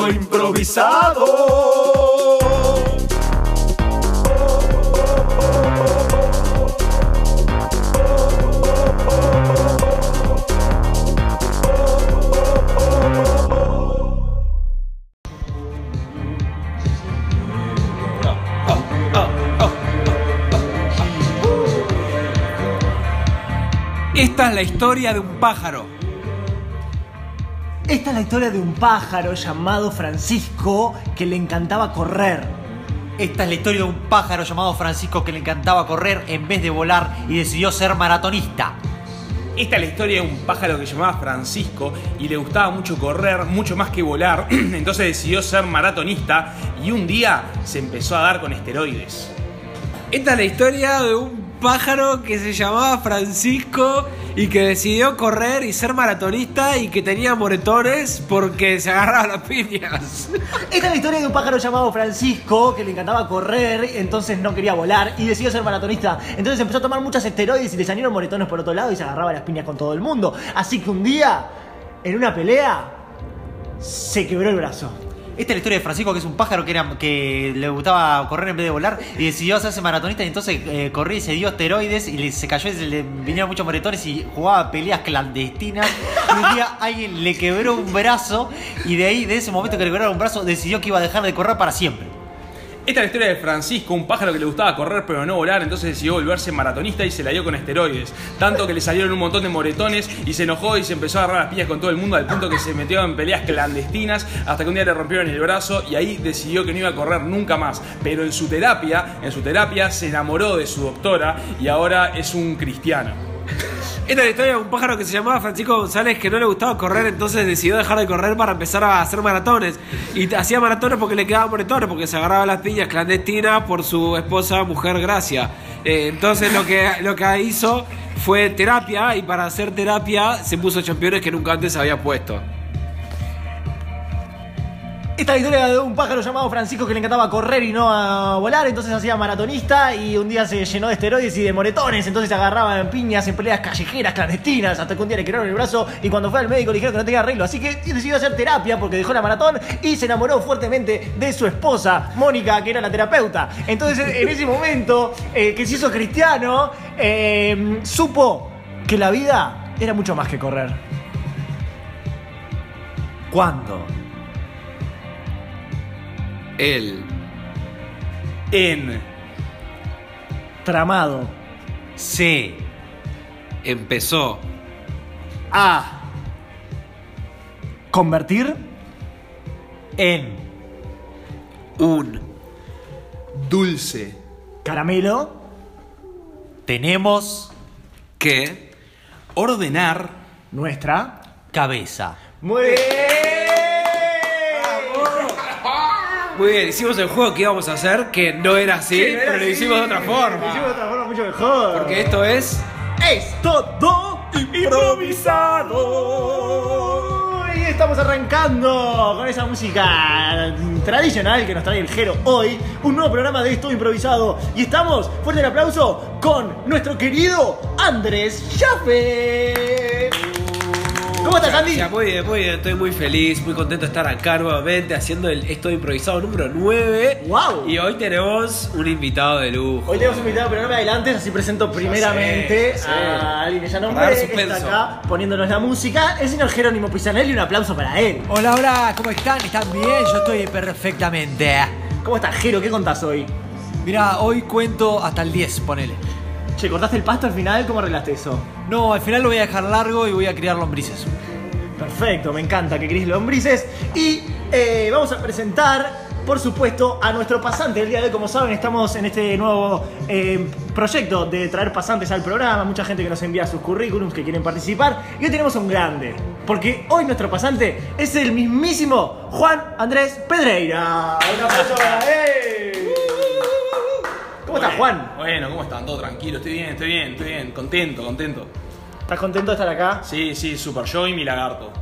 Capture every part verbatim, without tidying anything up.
texto improvisado. Esta es la historia de un pájaro. Esta es la historia de un pájaro llamado Francisco que le encantaba correr. Esta es la historia de un pájaro llamado Francisco que le encantaba correr en vez de volar y decidió ser maratonista. Esta es la historia de un pájaro que se llamaba Francisco y le gustaba mucho correr, mucho más que volar. Entonces decidió ser maratonista y un día se empezó a dar con esteroides. Esta es la historia de un pájaro que se llamaba Francisco y que decidió correr y ser maratonista y que tenía moretones porque se agarraba las piñas. Esta es la historia de un pájaro llamado Francisco que le encantaba correr, entonces no quería volar y decidió ser maratonista. Entonces empezó a tomar muchos esteroides y le salieron moretones por otro lado y se agarraba las piñas con todo el mundo. Así que un día, en una pelea, se quebró el brazo. Esta es la historia de Francisco, que es un pájaro que, era, que le gustaba correr en vez de volar y decidió hacerse maratonista y entonces eh, corrió y se dio esteroides y le, se cayó y se le vinieron muchos moretones y jugaba peleas clandestinas y un día alguien le quebró un brazo y de ahí, de ese momento que le quebraron un brazo, decidió que iba a dejar de correr para siempre. Esta es la historia de Francisco, un pájaro que le gustaba correr pero no volar, entonces decidió volverse maratonista y se la dio con esteroides. Tanto que le salieron un montón de moretones y se enojó y se empezó a agarrar las piñas con todo el mundo al punto que se metió en peleas clandestinas hasta que un día le rompieron el brazo y ahí decidió que no iba a correr nunca más. Pero en su terapia, en su terapia se enamoró de su doctora y ahora es un cristiano. Esta es la historia de un pájaro que se llamaba Francisco González que no le gustaba correr, entonces decidió dejar de correr para empezar a hacer maratones. Y hacía maratones porque le quedaban moretones, porque se agarraba las piñas clandestinas por su esposa, mujer Gracia. Eh, entonces lo que, lo que hizo fue terapia y para hacer terapia se puso championes que nunca antes había puesto. Esta es la historia de un pájaro llamado Francisco que le encantaba correr y no a volar, entonces hacía maratonista y un día se llenó de esteroides y de moretones, entonces se agarraba en piñas en peleas callejeras clandestinas hasta que un día le quebraron el brazo y cuando fue al médico le dijeron que no tenía arreglo, así que decidió hacer terapia porque dejó la maratón y se enamoró fuertemente de su esposa, Mónica, que era la terapeuta. Entonces en ese momento eh, que se hizo cristiano, eh, supo que la vida era mucho más que correr. ¿Cuándo? Él en Tramado se empezó a convertir en un dulce caramelo. tenemos que ordenar Nuestra cabeza. Muy bien. Muy bien, hicimos el juego que íbamos a hacer, que no era así, Sí, no era pero lo así. hicimos de otra forma. Lo hicimos de otra forma mucho mejor. Porque esto es... es todo improvisado. Y estamos arrancando con esa música tradicional que nos trae el Jero hoy. Un nuevo programa de Esto Improvisado. Y estamos, fuerte el aplauso, con nuestro querido Andrés Jaffe. ¿Cómo estás, Andy? Gracias, muy bien, muy bien, estoy muy feliz, muy contento de estar acá nuevamente haciendo el Esto Improvisado número nueve. ¡Wow! Y hoy tenemos un invitado de lujo. Hoy tenemos un invitado, pero no me adelantes, así presento primeramente sé, sé. a alguien que ya Para nombré, dar que suspenso. está acá poniéndonos la música, el señor Jerónimo Pisanelli. Un aplauso para él. Hola, hola, ¿cómo están? ¿Están bien? Yo estoy perfectamente. ¿Cómo estás, Jero? ¿Qué contás hoy? Mirá, hoy cuento hasta el diez, ponele. Che, ¿cortaste el pasto al final? ¿Cómo arreglaste eso? No, al final lo voy a dejar largo y voy a criar lombrices. Perfecto, me encanta que querés lombrices. Y eh, vamos a presentar, por supuesto, a nuestro pasante. El día de hoy, como saben, estamos en este nuevo eh, proyecto de traer pasantes al programa. Mucha gente que nos envía sus currículums, que quieren participar. Y hoy tenemos un grande, porque hoy nuestro pasante es el mismísimo Juan Andrés Pedreira. Un aplauso para él. ¿Cómo estás, Juan? Bueno, ¿cómo están? Todo tranquilo, estoy bien, estoy bien, estoy bien, contento, contento. ¿Estás contento de estar acá? Sí, sí, super, yo y mi lagarto.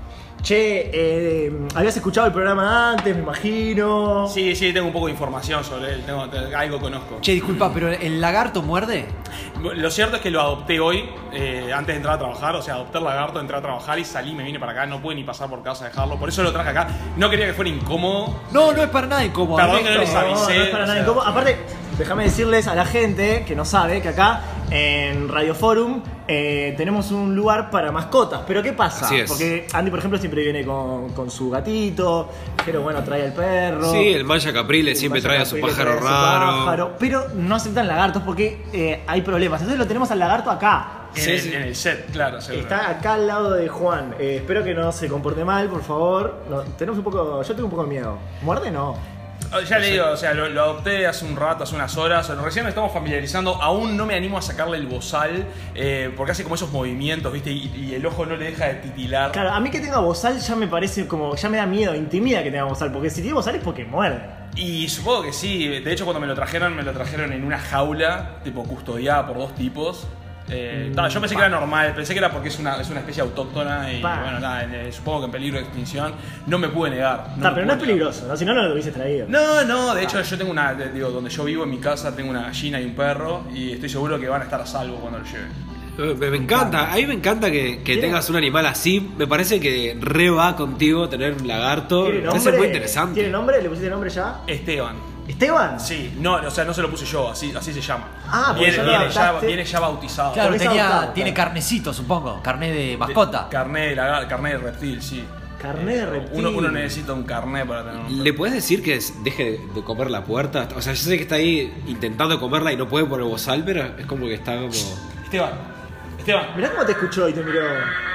Che, eh, habías escuchado el programa antes, me imagino. Sí, sí, tengo un poco de información sobre él, tengo, tengo- algo conozco. Che, disculpa, pero ¿el lagarto muerde? Lo cierto es que lo adopté hoy, eh, antes de entrar a trabajar, o sea, adopté el lagarto, entré a trabajar y salí, me vine para acá, no pude ni pasar por casa a dejarlo, por eso lo traje acá. No quería que fuera incómodo. No, no es para nada incómodo. Perdón que no les No, avisé. no es para o nada sea. incómodo. Aparte, déjame decirles a la gente que no sabe que acá en Radio Forum eh, tenemos un lugar para mascotas. Pero ¿qué pasa? Así es. Porque Andy, por ejemplo, siempre viene con, con su gatito, pero bueno, trae al perro. Sí, el Maya Caprile El siempre Maya trae a su Caprile pájaro trae a su raro. pájaro, pero no aceptan lagartos porque eh, hay problemas. Entonces lo tenemos al lagarto acá. En, Sí, el, sí. en el set, claro, seguro. Está acá al lado de Juan. Eh, espero que no se comporte mal, por favor. No, tenemos un poco. Yo tengo un poco de miedo. ¿Muerde? No. Oh, Ya le digo, o sea, lo, lo adopté hace un rato, hace unas horas. Recién nos estamos familiarizando. Aún no me animo a sacarle el bozal eh, porque hace como esos movimientos, ¿viste? Y, y el ojo no le deja de titilar. Claro, a mí que tenga bozal ya me parece como. Ya me da miedo, intimida que tenga bozal. Porque si tiene bozal es porque muerde. Y supongo que sí. De hecho, cuando me lo trajeron, me lo trajeron en una jaula, tipo custodiada por dos tipos. Eh, ta, yo pensé que era normal, pensé que era porque es una, es una especie autóctona y Pa. bueno, nada, eh, supongo que en peligro de extinción. No me pude negar. Está, me pero no es pude negar. peligroso, ¿no? Si no, no lo hubiese traído. No, no, de hecho yo tengo una, de- digo, donde yo vivo en mi casa tengo una gallina y un perro y estoy seguro que van a estar a salvo cuando lo lleven. Eh, Me, me encanta, a mí me encanta que, que ¿Tiene- tengas un animal así. Me parece que re va contigo tener un lagarto. Me ¿Tiene parece nombre? muy interesante. ¿Tiene nombre? ¿Le pusiste nombre ya? Esteban. ¿Esteban? Sí, no, o sea, no se lo puse yo, así, así se llama. Ah, porque viene, ya lo viene, ya, adaptaste. viene ya bautizado. Claro, Porque es tenía, adoptado, tiene claro. carnecito, supongo. Carné de De- mascota. Carné de, lagar- carné de reptil, sí. Carné de reptil. Uno, uno necesita un carné para tener un ¿Le puedes decir que es- deje de comer la puerta? O sea, yo sé que está ahí intentando comerla y no puede por el bozal, pero es como que está como... Esteban, Esteban, Mirá cómo te escuchó y te miró.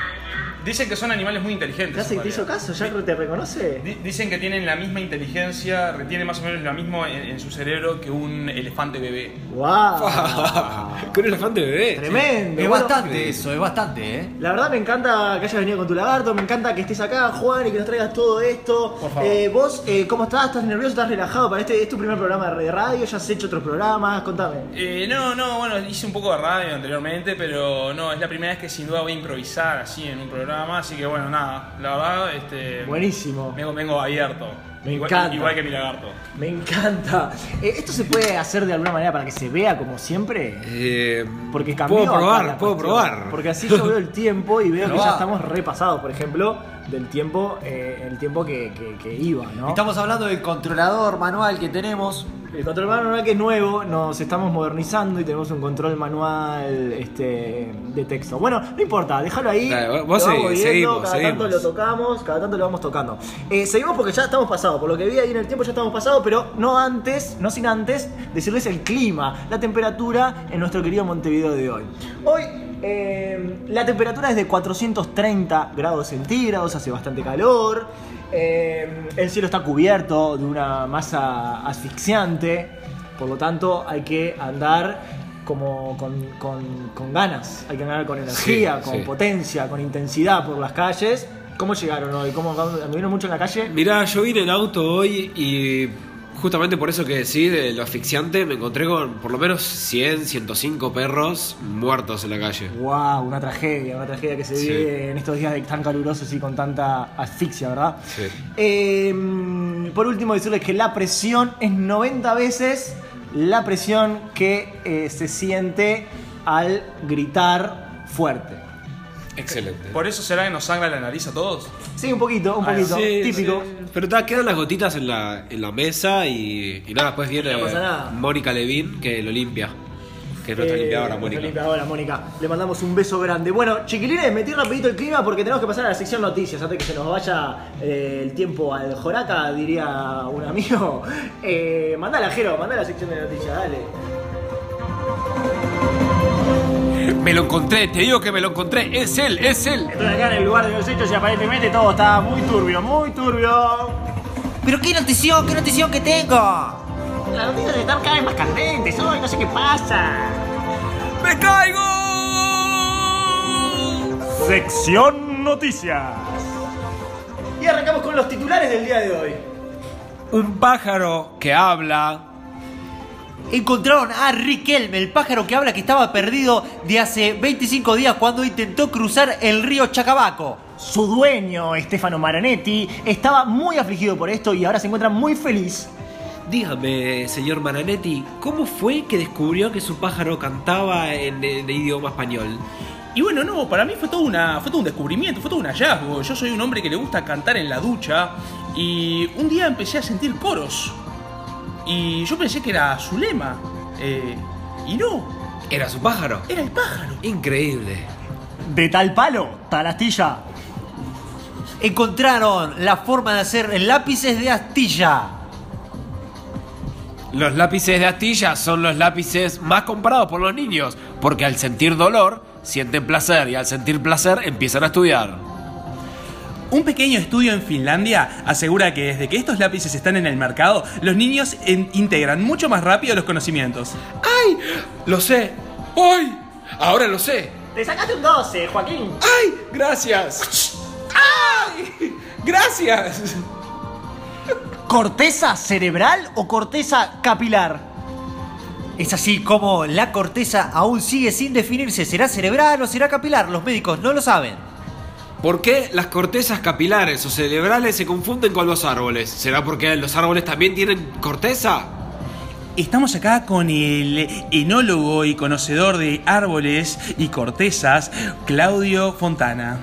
dicen que son animales muy inteligentes. ¿Te hace en que te hizo realidad. caso? ¿Ya te reconoce? Di- Dicen que tienen la misma inteligencia, retienen más o menos lo mismo en, en su cerebro que un elefante bebé. ¡Wow! Con un elefante bebé. Tremendo. Es Bueno, bastante eso, es bastante, ¿eh? La verdad me encanta que hayas venido con tu lagarto, me encanta que estés acá, Juan, y que nos traigas todo esto. Por favor. Eh, vos, eh, ¿cómo estás? ¿Estás nervioso? ¿Estás relajado para este? ¿Es tu primer programa de radio? ¿Ya has hecho otros programas? Contame. Eh, no, no, bueno, hice un poco de radio anteriormente, pero no, es la primera vez que sin duda voy a improvisar así en un programa, así que bueno, nada, la verdad, este... Buenísimo. Vengo, vengo abierto. Me igual, encanta. Igual que mi lagarto. Me encanta. Eh, ¿Esto se puede hacer de alguna manera para que se vea como siempre? Eh, Porque cambió puedo acá probar, la puedo cuestión. probar. Porque así yo veo el tiempo y veo que Probá. ya estamos repasados, por ejemplo, del tiempo, eh, el tiempo que, que- que iba, ¿no? Estamos hablando del controlador manual que tenemos. El control manual que es nuevo, nos estamos modernizando y tenemos un control manual este, de texto. Bueno, no importa, déjalo ahí. Dale, vos lo vamos seguí, viendo, seguimos, cada seguimos. tanto lo tocamos, cada tanto lo vamos tocando. Eh, seguimos porque ya estamos pasados, por lo que vi ahí en el tiempo ya estamos pasados, pero no antes, no sin antes decirles el clima, la temperatura en nuestro querido Montevideo de hoy. Hoy eh, la temperatura es de cuatrocientos treinta grados centígrados, hace bastante calor. Eh, el cielo está cubierto de una masa asfixiante, por lo tanto hay que andar como con, con- con ganas, hay que andar con energía, Sí, con sí. potencia, con intensidad por las calles. ¿Cómo llegaron hoy? ¿Cómo anduvieron mucho en la calle? Mirá, yo vine en auto hoy y justamente por eso que decís de lo asfixiante, me encontré con por lo menos cien, ciento cinco perros muertos en la calle. Wow, una tragedia, una tragedia que se Sí. vive en estos días de tan calurosos y con tanta asfixia, ¿verdad? Sí. Eh, por último, decirles que la presión es noventa veces la presión que eh, se siente al gritar fuerte. Excelente. ¿Por eso será que nos sangra la nariz a todos? Sí, un poquito, un Ah, poquito, Sí, típico. sí. Pero ta, quedan las gotitas en la, en la mesa y, y nada, después viene No pasa nada. Mónica Levín que lo limpia. Que es nuestra Eh, limpiadora, nuestra Mónica. limpiadora, Mónica. Le mandamos un beso grande. Bueno, chiquilines, metí rapidito el clima porque tenemos que pasar a la sección noticias antes que se nos vaya eh, el tiempo al joraca, diría un amigo. Eh, mandala, Jero, mandala a la sección de noticias, dale. Me lo encontré, te digo que me lo encontré. Es él, es él. Estoy acá en el lugar de los hechos y aparentemente todo está muy turbio, muy turbio. Pero qué notición, qué notición que tengo. Las noticias están cada vez más candentes hoy, no sé qué pasa. ¡Me caigo! Sección Noticias. Y arrancamos con los titulares del día de hoy. Un pájaro que habla. Encontraron a Riquelme, el pájaro que habla que estaba perdido de hace veinticinco días cuando intentó cruzar el río Chacabaco. su dueño, Stefano Maranetti, estaba muy afligido por esto y ahora se encuentra muy feliz. Dígame, señor Maranetti, ¿cómo fue que descubrió que su pájaro cantaba en, en idioma español? Y bueno, no, para mí fue todo, una, fue todo un descubrimiento, fue todo un hallazgo. Yo soy un hombre que le gusta cantar en la ducha y un día empecé a sentir coros. Y yo pensé que era Zulema. Eh, y no. ¿Era su pájaro? Era el pájaro. Increíble. De tal palo, tal astilla. Encontraron la forma de hacer lápices de astilla. Los lápices de astilla son los lápices más comprados por los niños, porque al sentir dolor, sienten placer y al sentir placer empiezan a estudiar. Un pequeño estudio en Finlandia asegura que desde que estos lápices están en el mercado, los niños en- integran mucho más rápido los conocimientos. ¡Ay! Lo sé. ¡Ay! Ahora lo sé. Te sacaste un doce, Joaquín. ¡Ay! Gracias. ¡Ay! Gracias. ¿Corteza cerebral o corteza capilar? Es así como la corteza aún sigue sin definirse. ¿Será cerebral o será capilar? Los médicos no lo saben. ¿Por qué las cortezas capilares o cerebrales se confunden con los árboles? ¿Será porque los árboles también tienen corteza? Estamos acá con el enólogo y conocedor de árboles y cortezas, Claudio Fontana.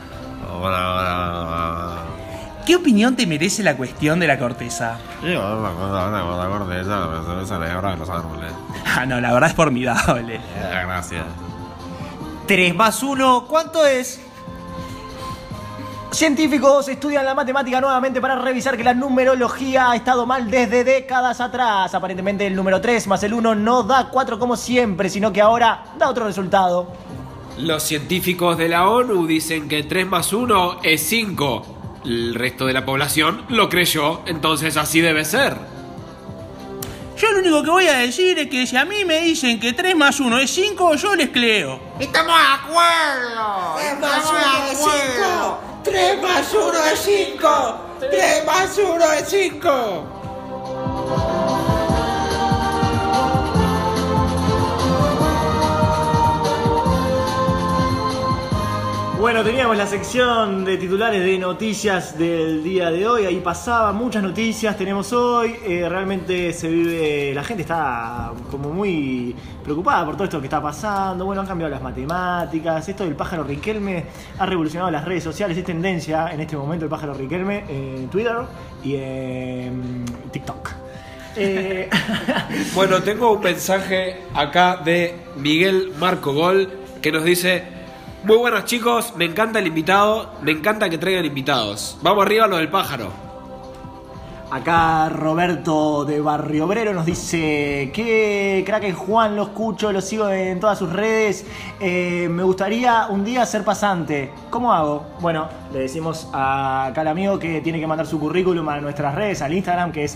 ¿Qué opinión te merece la cuestión de la corteza? La corteza se celebra en los árboles. Ah, no, la verdad es formidable. Gracias. tres más uno, ¿cuánto es? Científicos estudian la matemática nuevamente para revisar que la numerología ha estado mal desde décadas atrás. Aparentemente el número tres más el uno no da cuatro como siempre, sino que ahora da otro resultado. Los científicos de la ONU dicen que tres más uno es cinco. El resto de la población lo creyó, entonces así debe ser. Yo lo único que voy a decir es que si a mí me dicen que tres más uno es cinco, yo les creo. ¡Estamos de acuerdo! ¡Estamos de acuerdo! tres más uno es cinco. tres más uno es cinco. Bueno, teníamos la sección de titulares de noticias del día de hoy. Ahí pasaba muchas noticias. Tenemos hoy. Eh, realmente se vive. La gente está como muy preocupada por todo esto que está pasando. Bueno, han cambiado las matemáticas. Esto del pájaro Riquelme ha revolucionado las redes sociales. Es tendencia en este momento el pájaro Riquelme en Twitter y en TikTok. Eh... Bueno, tengo un mensaje acá de Miguel Marco Gol que nos dice: muy buenos chicos, me encanta el invitado, me encanta que traigan invitados. Vamos arriba a lo del pájaro. Acá Roberto de Barrio Obrero nos dice: qué crack es Juan, lo escucho, lo sigo en todas sus redes. Eh, me gustaría un día ser pasante. ¿Cómo hago? Bueno, le decimos a acá al amigo que tiene que mandar su currículum a nuestras redes, al Instagram, que es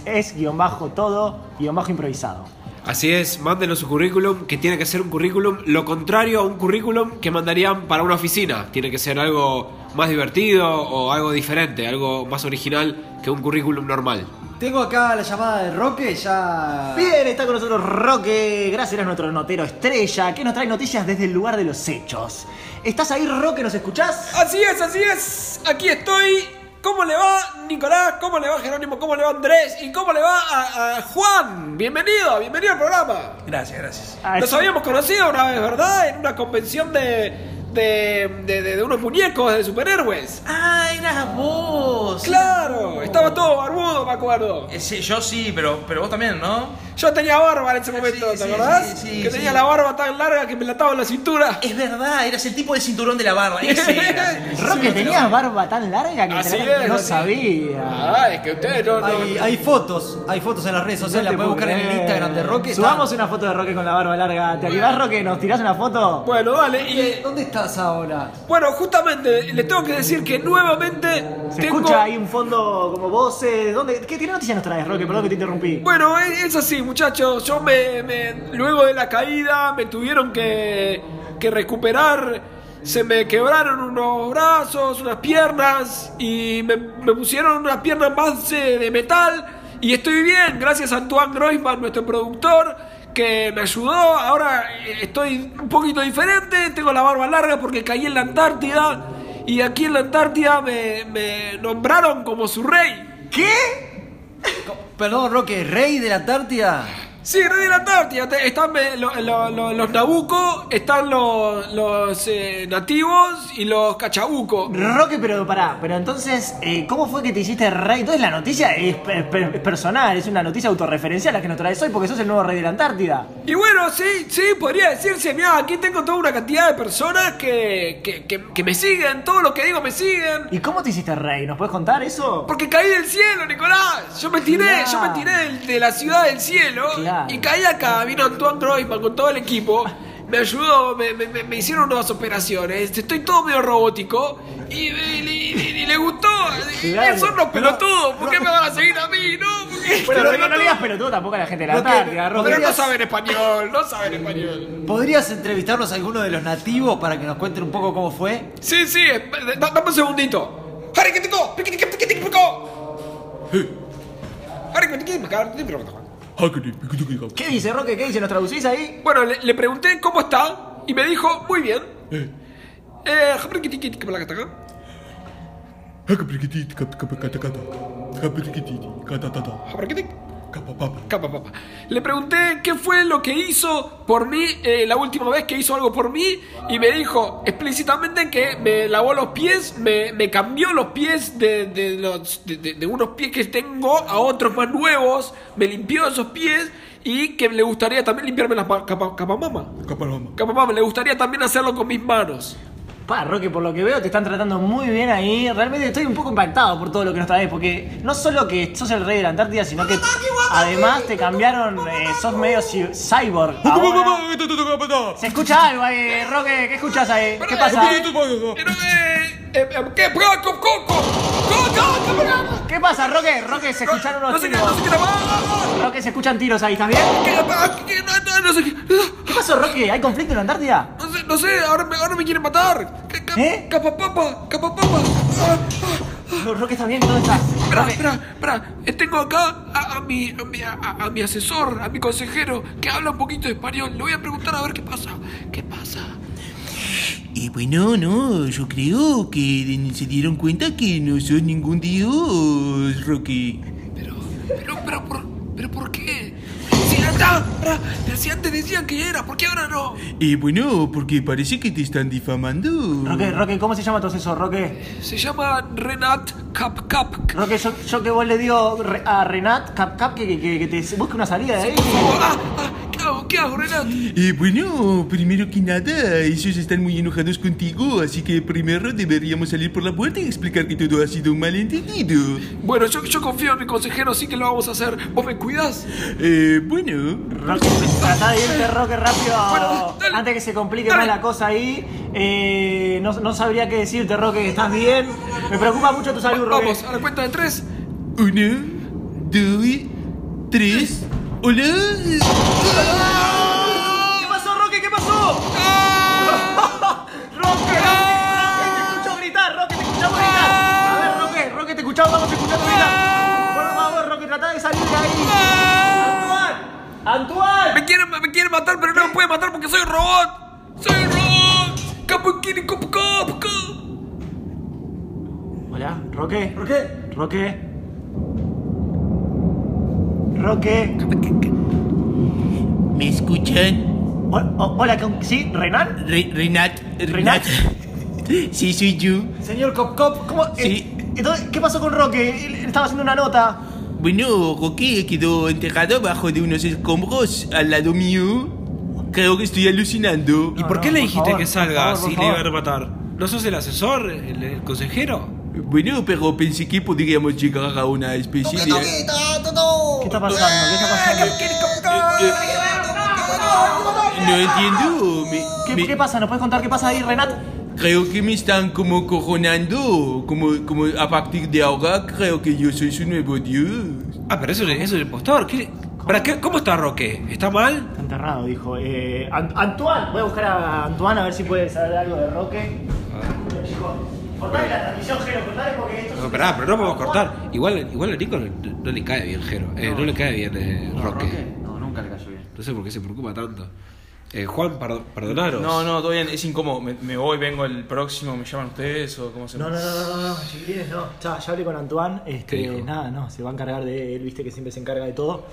es-todo-improvisado. Así es, mándenos su currículum, que tiene que ser un currículum lo contrario a un currículum que mandarían para una oficina. Tiene que ser algo más divertido o algo diferente, algo más original que un currículum normal. Tengo acá la llamada de Roque, ya... Bien, está con nosotros Roque, gracias a nuestro notero estrella, que nos trae noticias desde el lugar de los hechos. ¿Estás ahí, Roque? ¿Nos escuchás? Así es, así es, aquí estoy. ¿Cómo le va Nicolás? ¿Cómo le va Jerónimo? ¿Cómo le va Andrés? ¿Y cómo le va a, a Juan? Bienvenido, bienvenido al programa. Gracias, gracias. Ah, Nos sí. habíamos conocido una vez, ¿verdad? En una convención de... De, de, de, de unos muñecos de superhéroes. Ah, eras vos. Claro, estaba todo barbudo, me acuerdo. Eh, sí, yo sí, pero, pero vos también, ¿no? Yo tenía barba en ese momento, Sí, ¿te sí, acordás? sí, sí, que sí. tenía la barba tan larga que me la ataba en la cintura. Es verdad, eras el tipo del cinturón de la barba. Ese eras. el Roque, cinturón de la ¿tenías barba. barba tan larga que Así te- es, no así. sabía? Ah, es que ustedes no... no- Hay, hay fotos, hay fotos en las redes sociales, No la te puedes buscar puedo en el creer. Instagram de Roque. Subamos Está- una foto de Roque con la barba larga. ¿Te animás, Roque? ¿Nos tirás una foto? Bueno, dale. Eh, Y, ¿Dónde estás ahora? bueno, justamente les tengo que decir que nuevamente Se tengo... escucha ahí un fondo como voces. ¿Dónde? ¿Qué, qué noticias nos traes, Roque? Perdón que te interrumpí. Bueno, es es así, muchachos. Yo me, me- luego de la caída me tuvieron que, que recuperar. Se me quebraron unos brazos, unas piernas y me, me pusieron unas piernas más eh, de metal. Y estoy bien, gracias a Antoine Groisman, nuestro productor, que me ayudó. Ahora eh, estoy un poquito diferente. Tengo la barba larga porque caí en la Antártida. y aquí en la Antártida me, me nombraron como su rey. ¿Qué? Perdón, Roque, ¿rey de la Antártida? Sí, rey de la Antártida. Te- Están eh, lo- lo- lo- los nabucos, están los, los eh, nativos y los cachabucos. Roque, pero pará, pero entonces, eh, ¿cómo fue que te hiciste rey? Entonces la noticia es, pe- pe- es personal, es una noticia autorreferencial la que nos traes hoy porque sos el nuevo rey de la Antártida. Y bueno, sí, sí, podría decirse, mira, aquí tengo toda una cantidad de personas que, que, que, que me siguen, todo lo que digo me siguen. ¿Y cómo te hiciste rey? ¿Nos puedes contar eso? Porque caí del cielo, Nicolás. Yo me tiré, Claro. yo me tiré de, de la ciudad del cielo. Claro. Y caí acá, vino Antoine Groisman con todo el equipo. Me ayudó, me, me, me- me hicieron nuevas operaciones. Estoy todo medio robótico. Y, y- y- y- y le gustó. Claro. Son unos pelotudos. ¿Por qué me van a seguir a mí? No, porque Bueno, los Roque, no le pelotudos- digas pelotudo tampoco a la gente de la Roque, Antártida, Roque. Pero no saben español, no saben español. ¿Podrías entrevistarnos a alguno de los nativos para que nos cuenten un poco cómo fue? Sí, sí, esp- da- dame un segundito. ¡Harry, que te co! ¡Piqui, piqui, piqui, piqui, pico! ¡Harry, que te quiero! ¿Qué dice, Roque? ¿Qué dice? ¿Nos traducís ahí? Bueno, le, le pregunté cómo está y me dijo, muy bien. Eh, Eh, Capa, papa. Le pregunté qué fue lo que hizo por mí eh, la última vez que hizo algo por mí y me dijo explícitamente que me lavó los pies, me, me cambió los pies de, de, los, de, de- de unos pies que tengo a otros más nuevos, me limpió esos pies y que le gustaría también limpiarme las manos. Capa, capa mama. Capa mama, le gustaría también hacerlo con mis manos. Pa, Roque, por lo que veo te están tratando muy bien ahí. Realmente estoy un poco impactado por todo lo que nos traes, porque no solo que sos el rey de la Antártida, sino que además te cambiaron, eh, sos medio ci- cyborg. Ahora. Se escucha algo ahí, Roque, ¿qué escuchas ahí? ¿Qué pasa? Pero, eh, eh, eh, ¿Qué? ¡Coco, coco! ¡Coco! ¿Qué pasa, Roque? Roque, se escucharon No unos sé qué, tiros. no sé qué, no Roque, se escuchan tiros ahí, ¿estás bien? ¿Qué? No, no, no sé qué. ¿Qué pasó, Roque? ¿Hay conflicto en la Antártida? No sé, no sé, ahora me, ahora me quieren matar. Ca- ca- ¿Eh? Capapapa, capapapa. Ah, ah. No, Roque, ¿estás bien? ¿Dónde estás? Espera, Roque. espera, espera. Eh, Tengo acá a, a mi, a, mi, a, a mi asesor, a mi consejero, que habla un poquito de español. Le voy a preguntar a ver qué pasa. ¿Qué pasa? Y bueno, no, yo creo que se dieron cuenta que no sos ningún dios, Rocky. Pero, pero, pero, ¿por, pero ¿por qué? Si, anda, espera, pero si antes decían que era, ¿por qué ahora no? Y bueno, porque parece que te están difamando. Roque, Roque, ¿cómo se llama tu asesor, Roque? Se llama Renat Cap Cap. Roque, yo, yo que vos le digo re- a Renat Cap Cap que, que, que te busque una salida de ahí. Ah, ah, ¿qué hago? ¿Qué hago, Renat? Y bueno, primero que nada, ellos están muy enojados contigo, así que primero deberíamos salir por la puerta y explicar que todo ha sido un malentendido. Bueno, yo, yo confío en mi consejero, así que lo vamos a hacer. ¿Vos me cuidás? Eh, bueno. Roque, tratá de irte, Roque, rápido. Bueno, dale. Antes que se complique Dale. más la cosa ahí. Eh, no, no sabría qué decirte, Roque, que estás bien. Me preocupa mucho tu salud, Roque. Vamos, a la cuenta de tres. Uno, dos, tres. Hola. ¿Qué pasó, Roque? ¿Qué pasó? ¡Roque! ¡Roque! Te escucho gritar, Roque, te escuchamos gritar. A ver, Roque, Roque, te escuchamos, vamos escuchando gritar. Por favor, Roque, tratá de salir de ahí. ¡Antoine! ¡Antoine! Me quieren, me quieren matar, pero no me pueden matar porque soy un robot. ¡Soy un robot! ¡Capo, quiere, capo, capo, capo! Hola, Roque. ¿Roque? Roque. Roque. ¿Me escuchan? O- o- hola, ¿con- ¿sí? ¿Renan? Re- Renat. ¿Renat? Sí, soy yo. Señor Cop Cop, ¿Cómo? Sí. Eh, entonces, ¿qué pasó con Roque? Él estaba haciendo una nota. Bueno, Roque quedó enterrado bajo de unos escombros al lado mío. Creo que estoy alucinando. ¿Y por qué no, le por dijiste favor, que por salga favor, por si le favor. iban a matar? ¿No sos el asesor, el, el consejero? Bueno, pero pensé que podríamos llegar a una especie de... ¿Qué está pasando? ¿Qué está pasando? No entiendo. Me- ¿Qué, me- qué pasa? ¿Nos puedes contar qué pasa ahí, Renat? Creo que me están como coronando. Como, como a partir de ahora creo que yo soy su nuevo dios. Ah, pero eso, eso es el impostor. ¿Qué, para qué, ¿Cómo está Roque? ¿Está mal? Está enterrado, dijo. Eh, Ant- Antoine, voy a buscar a Antoine a ver si puede saber algo de Roque. Bueno, chicos, cortale la transmisión, Jero, cortale porque esto es No, un pero, pero no podemos Antoine. cortar. Igual, igual a Nico no, no le cae bien Jero. Eh, no. le cae bien eh, Roque. No, nunca le cayó bien. No sé por qué se preocupa tanto. Eh, Juan, perd- perdonaros. No, no, todo bien, es incómodo. Me, me voy, vengo el próximo, ¿me llaman ustedes o cómo se No, no, no, no, no, no, chiquilines, no. Ya, ya hablé con Antoine, ¿Qué este, dijo? nada, no, se va a encargar de él, viste que siempre se encarga de todo.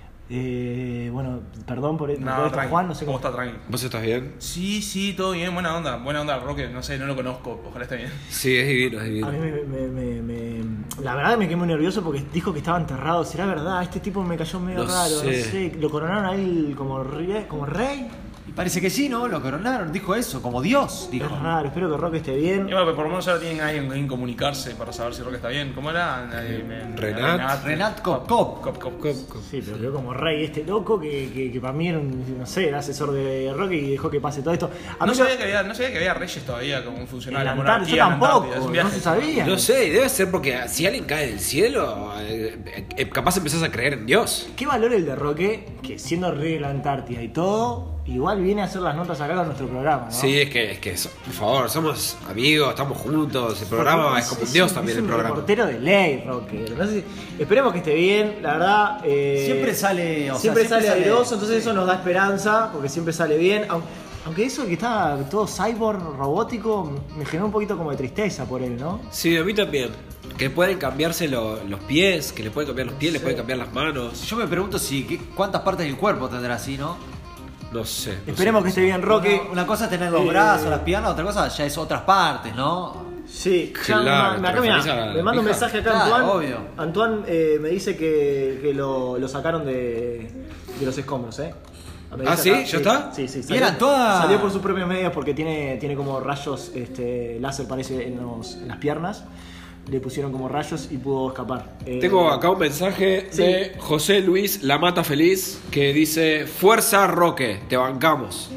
Eh, bueno, perdón por, por No, esto, tranqui. Juan, no sé cómo ¿Vos está tranqui? ¿Vos estás bien? Sí, sí, todo bien, buena onda, buena onda, Roque, no sé, no lo conozco, ojalá esté bien. Sí, es divino, es A divino. mí me, me, me, me- la verdad me quedé muy nervioso porque dijo que estaba enterrado. ¿Será verdad? Este tipo me cayó medio No raro, sé. no sé. Lo coronaron a él como rey, como rey. Y parece que sí, ¿no? Lo coronaron, dijo eso, como Dios, dijo. Es raro, espero que Roque esté bien. Y bueno, por lo menos ahora tienen alguien con quien comunicarse para saber si Roque está bien. ¿Cómo era? Eh, me- Renat. Renat Cop Cop. Cop, cop. Cop, cop. Sí, pero quedó como rey este loco que, que, que para mí era un, no sé, era asesor de Roque y dejó que pase todo esto. A No mí sabía, lo- que había, no sabía que había reyes todavía, como funcionaba en la la Antártida, monarquía yo en la Antártida. Es tampoco, un no viaje. se sabía. No sé, debe ser porque si alguien cae del cielo, eh, eh, capaz empezás a creer en Dios. ¿Qué valor el de Roque, que siendo rey de la Antártida y todo, igual viene a hacer las notas acá con nuestro programa, ¿no? Sí, es que, es que, so- por favor, somos amigos, estamos juntos, el programa Porque es como un Dios también es el un programa. reportero de ley, Roque. Entonces, esperemos que esté bien, la verdad. eh, Siempre sale, o sea, siempre, siempre sale sale- airoso, entonces eso nos da esperanza, porque siempre sale bien. Aun- Aunque eso que está todo cyborg, robótico, me generó un poquito como de tristeza por él, ¿no? Sí, a mí también. Que pueden cambiarse lo- los pies, que le pueden cambiar los pies, le pueden cambiar las manos. Yo me pregunto si qué- cuántas partes del cuerpo tendrá así, ¿no? No sé. no Esperemos sé. que esté bien, Roque. Una, una cosa es tener los Eh, brazos, las piernas, otra cosa ya es otras partes, ¿no? Sí, ya Claro, me, ¿te acá, mirá, referís a la me manda un pija? mensaje acá Claro, Antoine. obvio. Antoine eh, me dice que, que lo, lo sacaron de, de los escombros, ¿eh? Me Ah, dice ¿sí? acá, ¿Ya está? Sí, sí. Bien, Antoine. Salió por sus propios medios porque tiene, tiene como rayos este, láser, parece, en, los- en las piernas. Le pusieron como rayos y pudo escapar. Eh, Tengo acá un mensaje Sí. de José Luis La Mata Feliz que dice: Fuerza Roque, te bancamos.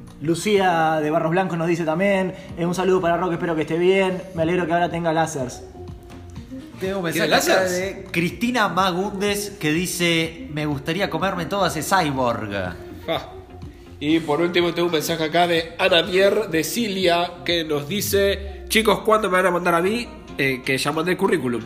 Lucía de Barros Blancos nos dice también, eh, un saludo para Roque, espero que esté bien. Me alegro que ahora tenga lásers. Tengo un ¿Tiene mensaje acá láseres? de Cristina Magundes que dice: me gustaría comerme todo ese cyborg. Ah. Y por último tengo un mensaje acá de Ana Mier de Cilia que nos dice: chicos, ¿cuándo me van a mandar a mí? Eh, que ya mandé el currículum.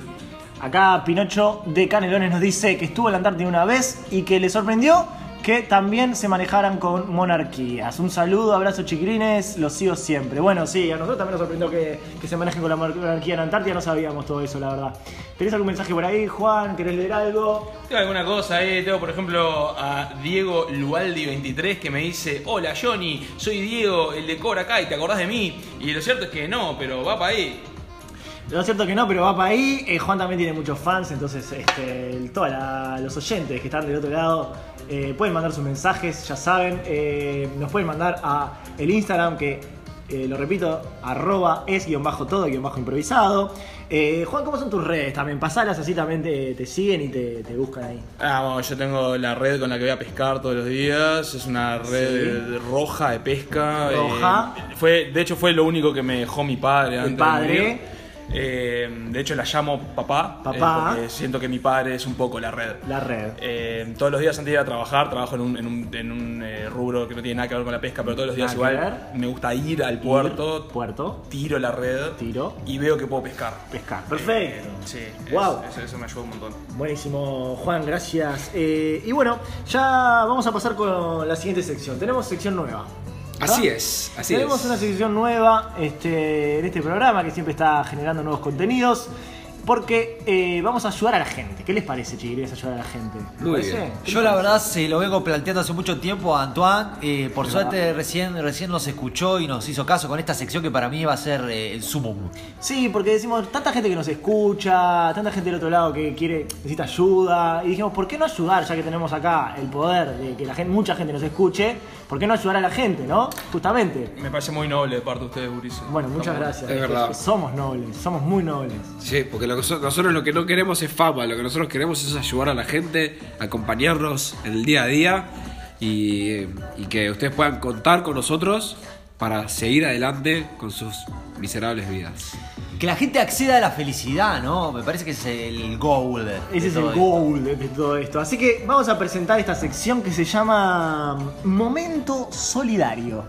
Acá Pinocho de Canelones nos dice que estuvo en la Antártida una vez y que le sorprendió que también se manejaran con monarquías. Un saludo, abrazo chiquilines, los sigo siempre. Bueno, sí, a nosotros también nos sorprendió que, que se manejen con la monarquía en la Antártida, no sabíamos todo eso, la verdad. ¿Tenés algún mensaje por ahí, Juan? ¿Querés leer algo? Tengo alguna cosa ahí, tengo por ejemplo a Diego Lualdi veintitrés que me dice: hola Johnny, soy Diego, el de Cobra Kai, ¿te acordás de mí? Y lo cierto es que no, pero va para ahí. Lo es cierto que no, pero va para ahí. Eh, Juan también tiene muchos fans, entonces este, el- todos los oyentes que están del otro lado eh, pueden mandar sus mensajes, ya saben. Eh, nos pueden mandar a el Instagram que, eh, lo repito, arroba es guión bajo todo, guión bajo improvisado. Eh, Juan, ¿cómo son tus redes? También pasalas, así también te, te siguen y te, te buscan ahí. Ah, bueno, yo tengo la red con la que voy a pescar todos los días. Es una red Sí. de- de roja de pesca. Roja. Eh, fue, de hecho, fue lo único que me dejó mi padre antes de padre. morir. Eh, de hecho, la llamo papá. Papá. eh, porque siento que mi padre es un poco la red. La red. Eh, todos los días antes de ir a trabajar, trabajo en un, en un, en un, eh, rubro que no tiene nada que ver con la pesca, pero todos los días Nada que igual me gusta ir al puerto, Puerto. tiro la red Tiro. y veo que puedo pescar. Pescar. Perfecto. Eh, sí, es- Wow. eso, eso me ayuda un montón. Buenísimo, Juan, gracias. Eh, y bueno, ya vamos a pasar con la siguiente sección. Tenemos sección nueva. ¿verdad? Así es, así Tenemos es. una sección nueva este, en este programa que siempre está generando nuevos contenidos. Porque eh, vamos a ayudar a la gente. ¿Qué les parece, chiquilines, ayudar a la gente? ¿Les Muy parece? bien. ¿Qué Yo les la parece? verdad se lo vengo planteando hace mucho tiempo a Antoine. Eh, por Es suerte verdad. recién, recién nos escuchó y nos hizo caso con esta sección que para mí va a ser eh, el sumum. Sí, porque decimos, tanta gente que nos escucha, tanta gente del otro lado que quiere, necesita ayuda. Y dijimos, ¿por qué no ayudar, ya que tenemos acá el poder de que la gente, mucha gente nos escuche? ¿Por qué no ayudar a la gente, no? Justamente. Me parece muy noble de parte de ustedes, Ulises. Bueno, muchas Estamos- gracias. Es verdad. Somos nobles, somos muy nobles. Sí, porque lo que so- nosotros lo que no queremos es fama, lo que nosotros queremos es ayudar a la gente, acompañarnos en el día a día y, y que ustedes puedan contar con nosotros para seguir adelante con sus miserables vidas. Que la gente acceda a la felicidad, ¿no? Me parece que es el goal. de Ese es todo el esto. goal de, de todo esto. Así que vamos a presentar esta sección que se llama Momento Solidario.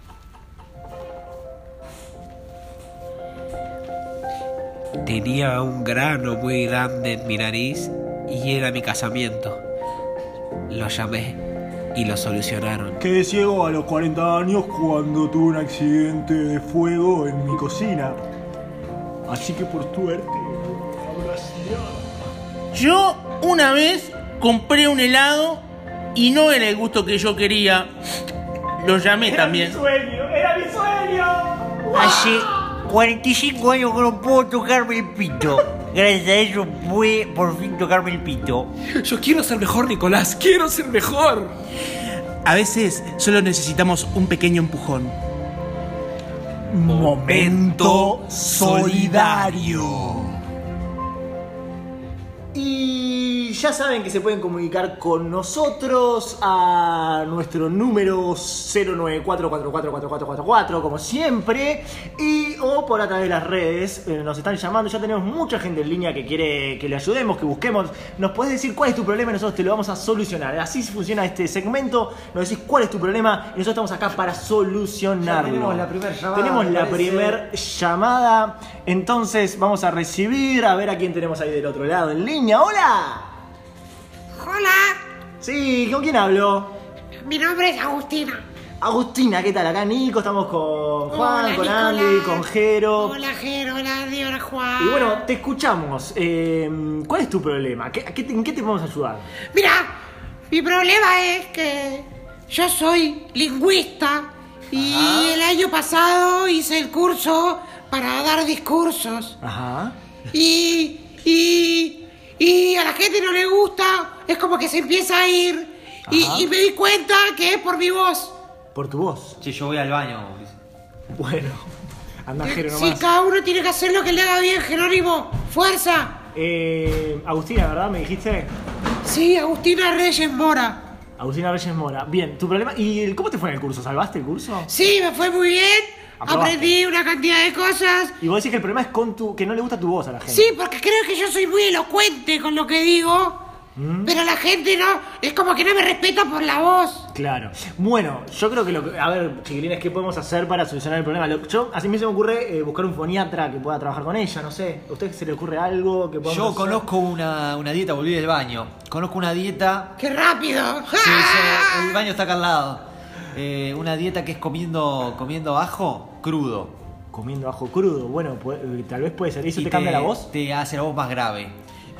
Tenía un grano muy grande en mi nariz y era mi casamiento. Lo llamé y lo solucionaron. Quedé ciego a los cuarenta años cuando tuve un accidente de fuego en mi cocina. Así que por suerte. Yo una vez compré un helado y no era el gusto que yo quería. Lo llamé también. Era mi sueño, era mi sueño. Hace cuarenta y cinco años que no puedo tocarme el pito. Gracias a eso pude por fin tocarme el pito. Yo quiero ser mejor, Nicolás, quiero ser mejor. A veces solo necesitamos un pequeño empujón. Momento solidario. Y ya saben que se pueden comunicar con nosotros a nuestro número cero nueve cuatro cuatro cuatro cuatro cuatro cuatro cuatro, como siempre, y o por a través de las redes. Eh, nos están llamando, ya tenemos mucha gente en línea que quiere que le ayudemos, que busquemos. Nos puedes decir cuál es tu problema y nosotros te lo vamos a solucionar. Así funciona este segmento. Nos decís cuál es tu problema y nosotros estamos acá para solucionarlo. Ya tenemos la primera llamada. Tenemos la parece. primera llamada. Entonces vamos a recibir, a ver a quién tenemos ahí del otro lado en línea. ¡Hola! Hola, Sí, ¿con quién hablo? mi nombre es Agustina. Agustina, ¿qué tal? Acá Nico, estamos con Juan, Hola, con Nicolás. Andy, con Jero. Hola, Jero, hola, Andy, hola, Juan. Y bueno, te escuchamos. Eh, ¿Cuál es tu problema? ¿Qué, qué te- ¿En qué te podemos ayudar? Mira, mi problema es que yo soy lingüista y el año pasado hice el curso para dar discursos. Ajá. Y, y, y a la gente no le gusta, es como que se empieza a ir. Y, Ajá. y me di cuenta que es por mi voz. Por tu voz. Che, yo voy al baño. Bueno, anda Jero Sí, nomás. cada uno tiene que hacer lo que le haga bien, Jerónimo. ¡Fuerza! Eh, Agustina, ¿verdad? ¿Me dijiste? Sí, Agustina Reyes Mora. Agustina Reyes Mora. Bien, tu problema. ¿Y el- cómo te fue en el curso? ¿Salvaste el curso? Sí, me fue muy bien. Aprobaste. Aprendí una cantidad de cosas. Y vos decís que el problema es con tu, que no le gusta tu voz a la gente. Sí, porque creo que yo soy muy elocuente con lo que digo. ¿Mm? Pero la gente no, es como que no me respeta por la voz. Claro. Bueno, yo creo que lo que... A ver, chiquilines, ¿qué podemos hacer para solucionar el problema? Lo- yo, así me se me ocurre eh, buscar un foniatra que pueda trabajar con ella, no sé. ¿A usted se le ocurre algo que podamos Yo hacer? conozco una, una dieta, volví del baño. Conozco una dieta. ¡Qué rápido! Sí, sí, el baño está acá al lado. Eh, una dieta que es comiendo, comiendo ajo crudo. Comiendo ajo crudo. Bueno, pu- eh, tal vez puede ser. ¿Eso Y te cambia la voz? Te hace la voz más grave.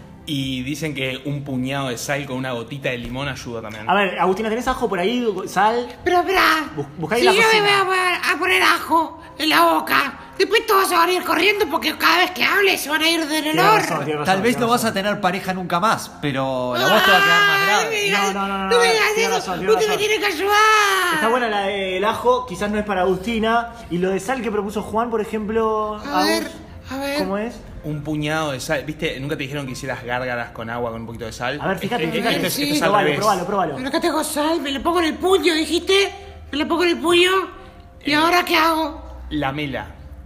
Y dicen que un puñado de sal con una gotita de limón ayuda también. A ver, Agustina, ¿tenés ajo por ahí? ¿Sal? Pero espera, Bu- buscá ahí si la yo me cocina. voy a poner, a poner ajo en la boca, después todos se van a ir corriendo porque cada vez que hable se van a ir del Tienes olor. razón, tienes razón, Tal vez tienes no vas razón. a tener pareja nunca más, pero la voz te va a quedar más Ay, grave. me digas- No, no, no, no, no me digas tienes eso, razón, tienes usted me razón. tiene que ayudar. Está buena la del ajo, quizás no es para Agustina. Y lo de sal que propuso Juan, por ejemplo. A ver, Agus, a ver. ¿Cómo es? Un puñado de sal. ¿Viste? ¿Nunca te dijeron que hicieras gárgaras con agua con un poquito de sal? A ver, fíjate, Eh, eh, fíjate. esto es- sí. esto es al Probalo, revés. probalo, probalo. Pero acá tengo sal, me la pongo en el puño, dijiste. Me la pongo en el puño. ¿Y ahora qué hago? La mela.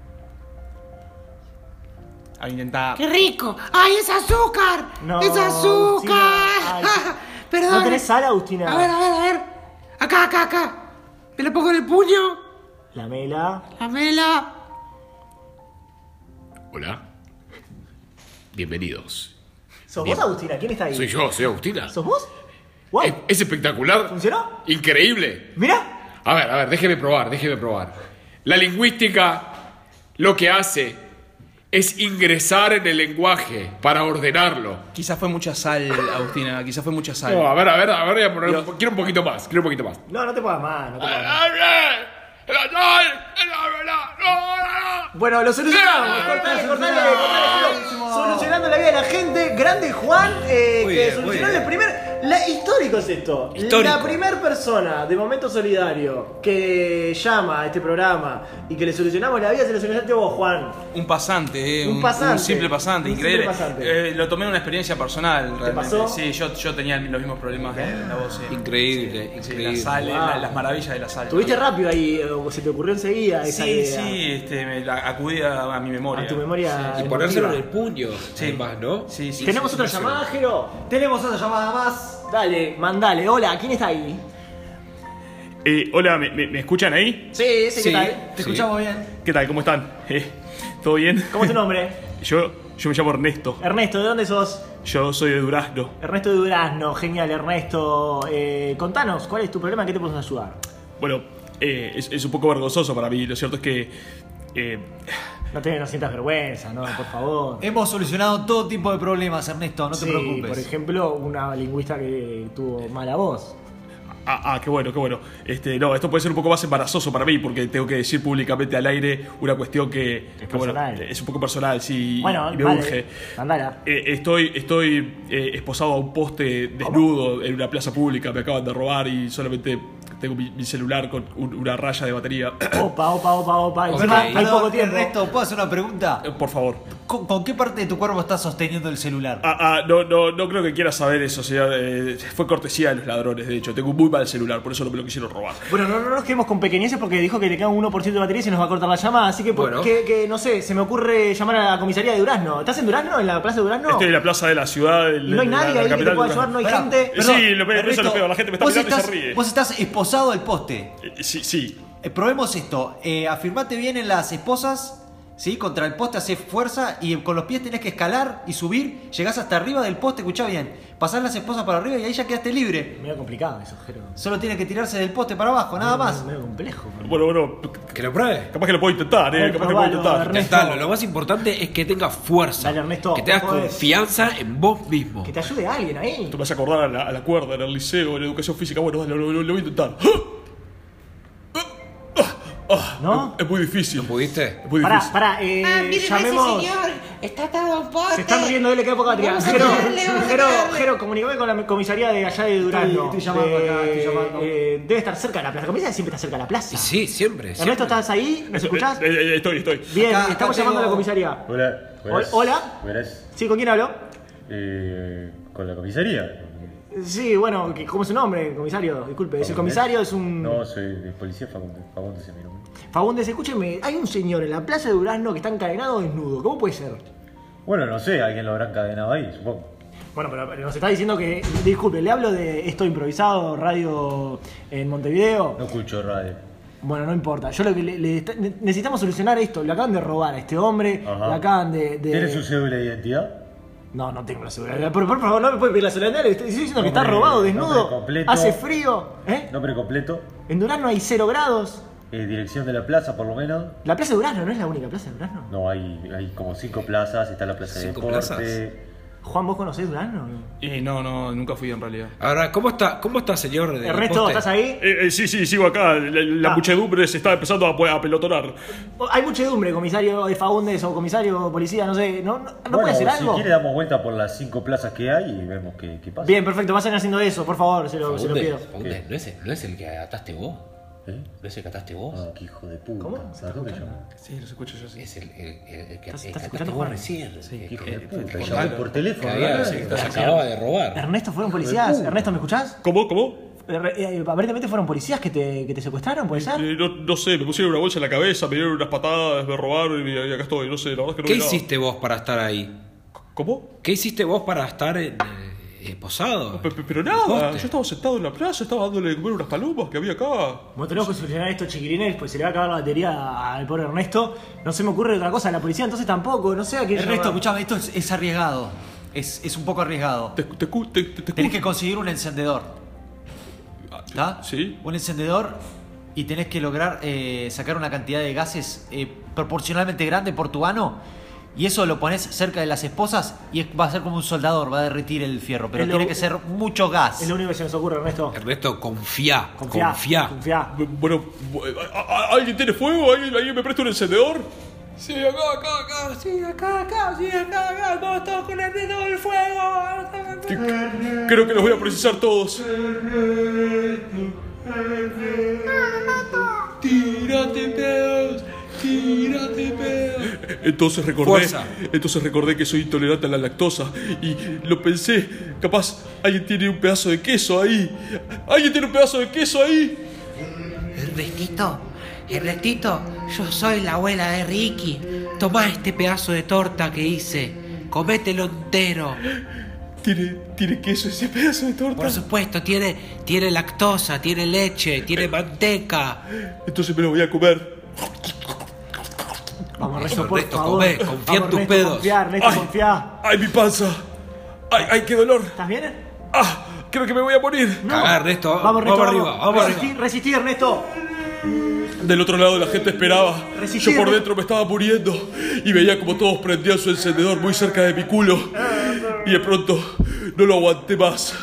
A ver, intentá. ¡Qué rico! ¡Ay, es azúcar! No, ¡Es azúcar! Agustina, ay. Perdón. ¿No tenés sal, Agustina? A ver, a ver, a ver. Acá, acá, acá. Me la pongo en el puño. La mela. La mela. Hola. Bienvenidos. ¿Sos Bien. vos, Agustina? ¿Quién está ahí? Soy yo, soy Agustina. ¿Sos vos? ¡Wow! Es, es espectacular. ¿Funcionó? Increíble. Mira. A ver, a ver, déjeme probar, déjeme probar. La lingüística lo que hace es ingresar en el lenguaje para ordenarlo. Quizás fue mucha sal, Agustina. Quizás fue mucha sal. No, a ver, a ver, a ver, voy a poner un Dios. po- quiero un poquito más, quiero un poquito más. No, no te pongas más, no te pongas más. ¡No! Bueno, lo solucionamos. Cortale, cortale, cortale. Solucionando la vida de la gente. Grande Juan, eh, Muy que bien, solucionó muy el primer. La, histórico es esto. Histórico. La primera persona de Momento Solidario que llama a este programa y que le solucionamos la vida se lo solucionaste vos, Juan. Un pasante, eh, Un un, pasante. un simple pasante, Un increíble. simple pasante. Eh, lo tomé en una experiencia personal, realmente. pasó? Sí, yo, yo tenía los mismos problemas en la voz. sí. Increíble, Sí, increíble. la sal, Wow. la- las maravillas de la sal. Tuviste rápido ahí, eh, o se te ocurrió enseguida esa Sí, idea. sí, este, me, la- acudí a, a mi memoria. A tu memoria. Y ponérselo en el emotiva. puño, además, ¿no? Sí, sí. Tenemos sí, otra sí, sí. llamada, Jero. Tenemos otra llamada más. Dale, mandale. Hola, ¿quién está ahí? Eh, hola, ¿me, me, me escuchan ahí? Sí, sí, ¿qué Sí. tal? Te escuchamos bien. ¿Qué tal? ¿Cómo están? Eh, ¿Todo bien? ¿Cómo es tu nombre? Yo, yo me llamo Ernesto. Ernesto, ¿de dónde sos? Yo soy de Durazno. Ernesto de Durazno, genial Ernesto. Eh, contanos, ¿cuál es tu problema? ¿En qué te podemos ayudar? Bueno, eh, es, es un poco vergonzoso para mí. Lo cierto es que... Eh, No te no sientas vergüenza, no, por favor. Hemos solucionado todo tipo de problemas, Ernesto, no te Sí, preocupes. por ejemplo, una lingüista que tuvo mala voz. Ah, ah, qué bueno, qué bueno. Este, no, esto puede ser un poco más embarazoso para mí porque tengo que decir públicamente al aire una cuestión que, Es que, bueno, personal. es un poco personal, sí, Bueno, y me vale, urge. andala. Eh, estoy estoy eh, esposado a un poste desnudo en una plaza pública, me acaban de robar y solamente tengo mi, mi celular con un- una raya de batería. Opa, opa, opa, opa. Encima Ok. hay Perdón, poco tiempo. Ernesto, ¿puedo hacer una pregunta? Eh, Por favor. ¿Con, con qué parte de tu cuerpo estás sosteniendo el celular? Ah, ah, no, no, no creo que quieras saber eso, señor. Eh, fue cortesía de los ladrones, de hecho. Tengo un muy mal celular, por eso no me lo quisieron robar. Bueno, no, no nos quedemos con pequeñeces porque dijo que le queda un uno por ciento de batería y se nos va a cortar la llamada. Así que, por- Bueno. que, que, no sé, se me ocurre llamar a la comisaría de Durazno. ¿Estás en Durazno? ¿En la plaza de Durazno? Estoy en la plaza de la ciudad. del- Y no hay de la- nadie la ahí que te capital pueda de ayudar, no hay Pará, gente. Eh, sí, lo veo, eso lo veo, la gente me está vos mirando y estás, se ríe. Vos estás esposado al poste. Eh, Sí, sí. Eh, probemos esto. Eh, afirmate bien en las esposas, ¿sí? Contra el poste haces fuerza y con los pies tenés que escalar y subir. Llegás hasta arriba del poste, escuchá bien. Pasás las esposas para arriba y ahí ya quedaste libre. Medio complicado eso, Jero. Solo tiene que tirarse del poste para abajo, nada más. Medio complejo. Bueno, bueno, Que lo pruebe. capaz que lo puedo intentar, eh. Bueno, Capaz que lo puedo probalo, intentar. Ernesto. Intentalo. Lo más importante es que tengas fuerza. Dale, Ernesto, que tengas vos podés. confianza en vos mismo. Que te ayude alguien ahí. Te vas a acordar a la, a la cuerda en el liceo, en educación física. Bueno, dale, lo, lo- lo voy a intentar. ¿No? Es muy difícil. ¿Lo pudiste? Es muy Pará, difícil. pará, eh, Ah, miren llamemos. ese señor. Está atado a un poste. Se están riendo de él, le queda poca batería. Vamos a Jero, pegarle, vamos a Jero, pegarle. Jero, comunícame con la comisaría de allá de Durazno. Estoy- estoy llamando Eh, acá, estoy llamando. eh, debe estar cerca de la plaza. La comisaría siempre está cerca de la plaza. Y sí, siempre. Ernesto, siempre. ¿estás ahí? ¿Nos escuchás? Eh, eh, eh, estoy, estoy. Bien, Acá- acá estamos llamando a la tengo- comisaría. Hola. Hol- Hola. Buenas. Sí, ¿con quién hablo? Eh, con la comisaría. Sí, bueno, que- ¿cómo es su nombre, comisario? Disculpe, ¿es el Fagundes. comisario? ¿Es un...? No, soy de policía Fagundes. Fagundes es mi nombre. Fagundes, escúcheme, hay un señor en la plaza de Durazno que está encadenado desnudo. ¿Cómo puede ser? Bueno, no sé, alguien lo habrá encadenado ahí, supongo. Bueno, pero, pero nos está diciendo que... Disculpe, le hablo de esto improvisado, radio en Montevideo. No escucho radio. Bueno, no importa. Yo lo que le, le está- ne- necesitamos solucionar esto. Le acaban de robar a este hombre. Ajá. Le acaban de. de- ¿Tiene su cédula de identidad? No, no tengo la seguridad. Pero por favor, no me puede pedir la seguridad. Le estoy diciendo que está Nombre- robado, nombre desnudo. completo. Hace frío. ¿Eh? Nombre completo. En Durazno hay cero grados. Eh, dirección de la plaza, por lo menos. La plaza de Durazno no es la única plaza de Durazno. No, hay, hay como cinco plazas. Está la plaza de ¿Cinco deporte. plazas? Juan, ¿vos conocés Durazno? Y no, no, nunca fui en realidad. Ahora, ¿cómo está, cómo está señor? de Ernesto, poste? ¿estás ahí? Eh, eh, sí, sí, sigo acá. La, la Ah. muchedumbre se está empezando a, a pelotonar. Oh, hay muchedumbre, comisario de Fagundes o comisario policía, no sé. ¿No, no, ¿no Bueno, puede hacer si algo? quiere damos vuelta por las cinco plazas que hay y vemos qué, qué pasa. Bien, perfecto. Vayan haciendo eso, por favor. Se lo, se lo pido. Fagundes, Fagundes, ¿no es, el, ¿no es el que ataste vos? ¿Eh? ¿No es el que ataste vos? Ah, qué hijo de puta. ¿Cómo? ¿A dónde llama? Sí, los escucho yo, sí. Es el, el, el, el que, ¿Estás- el estás que escuchando, ataste vos Juan? recién. Sí. Que- Hijo que- de puta. que- Llamó por que teléfono. había- ¿no? sí, que se acababa de robar. Ernesto, ¿fueron policías? Ernesto, ¿me escuchás? ¿Cómo? ¿Cómo? Eh, eh, aparentemente fueron policías que te, que te secuestraron, ¿puede ser? Eh, no, no sé, me pusieron una bolsa en la cabeza, me dieron unas patadas, me robaron y, y acá estoy. No sé, la verdad es que no ¿Qué vi nada. hiciste vos para estar ahí? ¿Cómo? ¿Qué hiciste vos para estar en, eh, posado? Pe- pe- Pero nada, Poste. yo estaba sentado en la plaza, estaba dándole de comer unas palomas que había acá. Bueno, tenemos que solucionar esto, chiquilines, pues se le va a acabar la batería al pobre Ernesto. No se me ocurre otra cosa, la policía entonces tampoco, no sé a qué Ernesto, llamar. escuchame, esto es, es arriesgado. Es, es un poco arriesgado. Te, te, escu- te, te, te Tenés escucho. que conseguir un encendedor. ¿Está? Sí. Un encendedor y tenés que lograr eh, sacar una cantidad de gases eh, proporcionalmente grande por tu ano. Y eso lo pones cerca de las esposas y es- va a ser como un soldador, va a derretir el fierro. Pero Es lo- tiene que ser mucho gas. Es lo único que se nos ocurre, Ernesto. Ernesto, confía, Confía. confía. Confía. Bueno, ¿a- a- ¿alguien tiene fuego? ¿Alguien, ¿Alguien me presta un encendedor? Sí, acá, acá, acá, sí, acá, acá, sí, acá, acá, vamos todos con el dedo del fuego. Que- Creo que los voy a precisar todos. Tírate pedos, tírate pedos. Entonces recordé, Fuerza. entonces recordé que soy intolerante a la lactosa y lo pensé, capaz alguien tiene un pedazo de queso ahí. ¿Alguien tiene un pedazo de queso ahí? Ernestito, Ernestito, yo soy la abuela de Ricky. Tomá este pedazo de torta que hice. Comételo entero. ¿Tiene, ¿Tiene queso ese pedazo de torta? Por supuesto, tiene, tiene lactosa, tiene leche, tiene manteca. Entonces me lo voy a comer. Vamos, Eso, Ernesto, por Ernesto, favor. comé, confía en Vamos, tus Ernesto, pedos. Confía, Ernesto, Ay, confía. ¡Ay, mi panza! ¡Ay, ay, qué dolor! ¿Estás bien? ¡Ah! Creo que me voy a morir. Cagá, Ernesto. Vamos, Ernesto, vamos arriba, vamos resistí, arriba. resistí, Ernesto. Del otro lado la gente esperaba. Resistir. Yo por dentro me estaba muriendo y veía como todos prendían su encendedor muy cerca de mi culo. Y de pronto no lo aguanté más.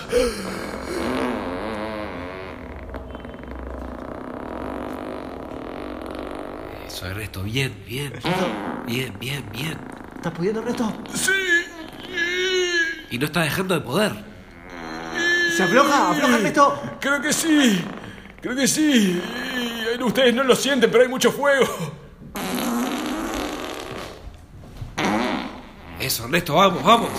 Eso, Ernesto, bien, bien. Bien, bien, bien. ¿Estás pudiendo, Ernesto? Sí. Y no está dejando de poder. ¿Se afloja? ¿Afloja, Ernesto? Creo que sí. Creo que sí. Y ustedes no lo sienten, pero hay mucho fuego. Eso, Ernesto, vamos, vamos.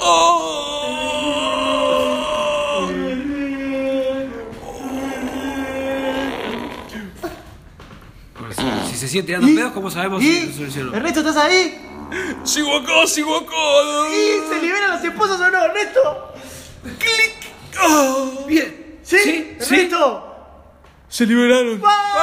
Si, si se siente dando pedos, ¿cómo sabemos ¿Y? si se solucionó? ¿Ernesto, estás ahí? Sigo acá, sigo acá. ¿Y se liberan las esposas o no, Ernesto? ¡Clic! Ah. Bien. ¿Sí? Sí, sí. ¿Ernesto? Se liberaron.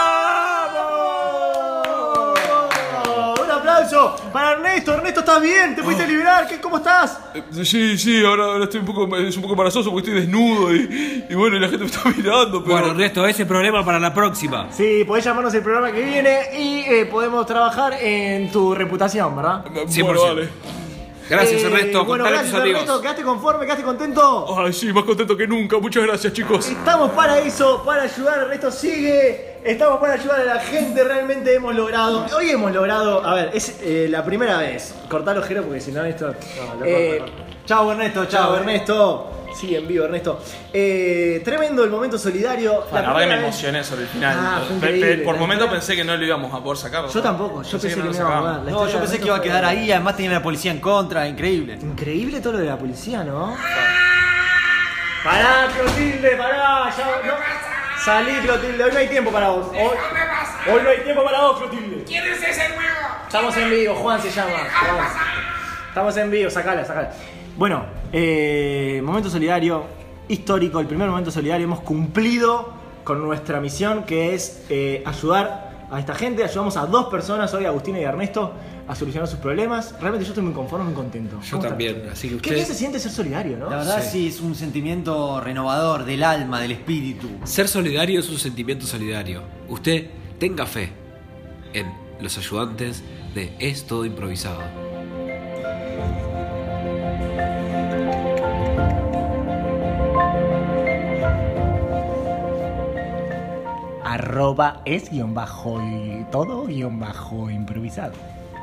¡Vamos! ¡Un aplauso para Ernesto! Ernesto, ¿estás bien? ¿Te pudiste liberar? ¿Qué, ¿Cómo estás? Eh, Sí, sí, ahora, ahora estoy un poco, es un poco embarazoso porque estoy desnudo y, y bueno, y la gente me está mirando, pero... Bueno, Ernesto, ese problema para la próxima. Sí, podés llamarnos el programa que viene y eh, podemos trabajar en tu reputación, ¿verdad? cien por Bueno, ciento. vale. Gracias, Eh, Ernesto. Bueno, Contale a gracias, tus amigos. Ernesto. ¿Quedaste conforme? ¿Quedaste contento? Ay, sí, más contento que nunca. Muchas gracias, chicos. Estamos para eso, para ayudar. Ernesto sigue. Estamos para ayudar a la gente. Realmente hemos logrado. Hoy hemos logrado. A ver, es eh, la primera vez. Cortá los ojeros porque si no, esto. No, lo Eh, corto, Chao, Ernesto. Chao, Ernesto. Sigue en vivo, Ernesto. Eh, tremendo el momento solidario. La verdad que me primera vez- emocioné sobre el final. Ah, fue Pe- pe- increíble. por la momento primera- pensé que no lo íbamos a poder sacar. Yo tampoco. Yo pensé, que, no me lo iba a sacábamos. jugar. La No, historia yo de pensé Ernesto que iba a fue- quedar ahí, además tenía la policía en contra, increíble. Increíble todo lo de la policía, ¿no? Pará, Clotilde, pará. Ya, no. Salí, Clotilde. Hoy no hay tiempo para vos. Hoy, hoy no hay tiempo para vos, Clotilde. ¿Quién es ese nuevo? Estamos en vivo, Juan se llama. Juan. Estamos en vivo, sacala, sacala. Bueno, eh, momento solidario, histórico, el primer momento solidario. Hemos cumplido con nuestra misión, que es eh, ayudar a esta gente. Ayudamos a dos personas hoy, Agustina y Ernesto, a solucionar sus problemas. Realmente yo estoy muy conforme, muy contento. Yo ¿Cómo también, están? así que Qué usted- bien se siente ser solidario, ¿no? La verdad sí. es un sentimiento renovador del alma, del espíritu. Ser solidario es un sentimiento solidario. Usted tenga fe en los ayudantes de Es Todo Improvisado. Arroba es guión bajo y todo guión bajo improvisado.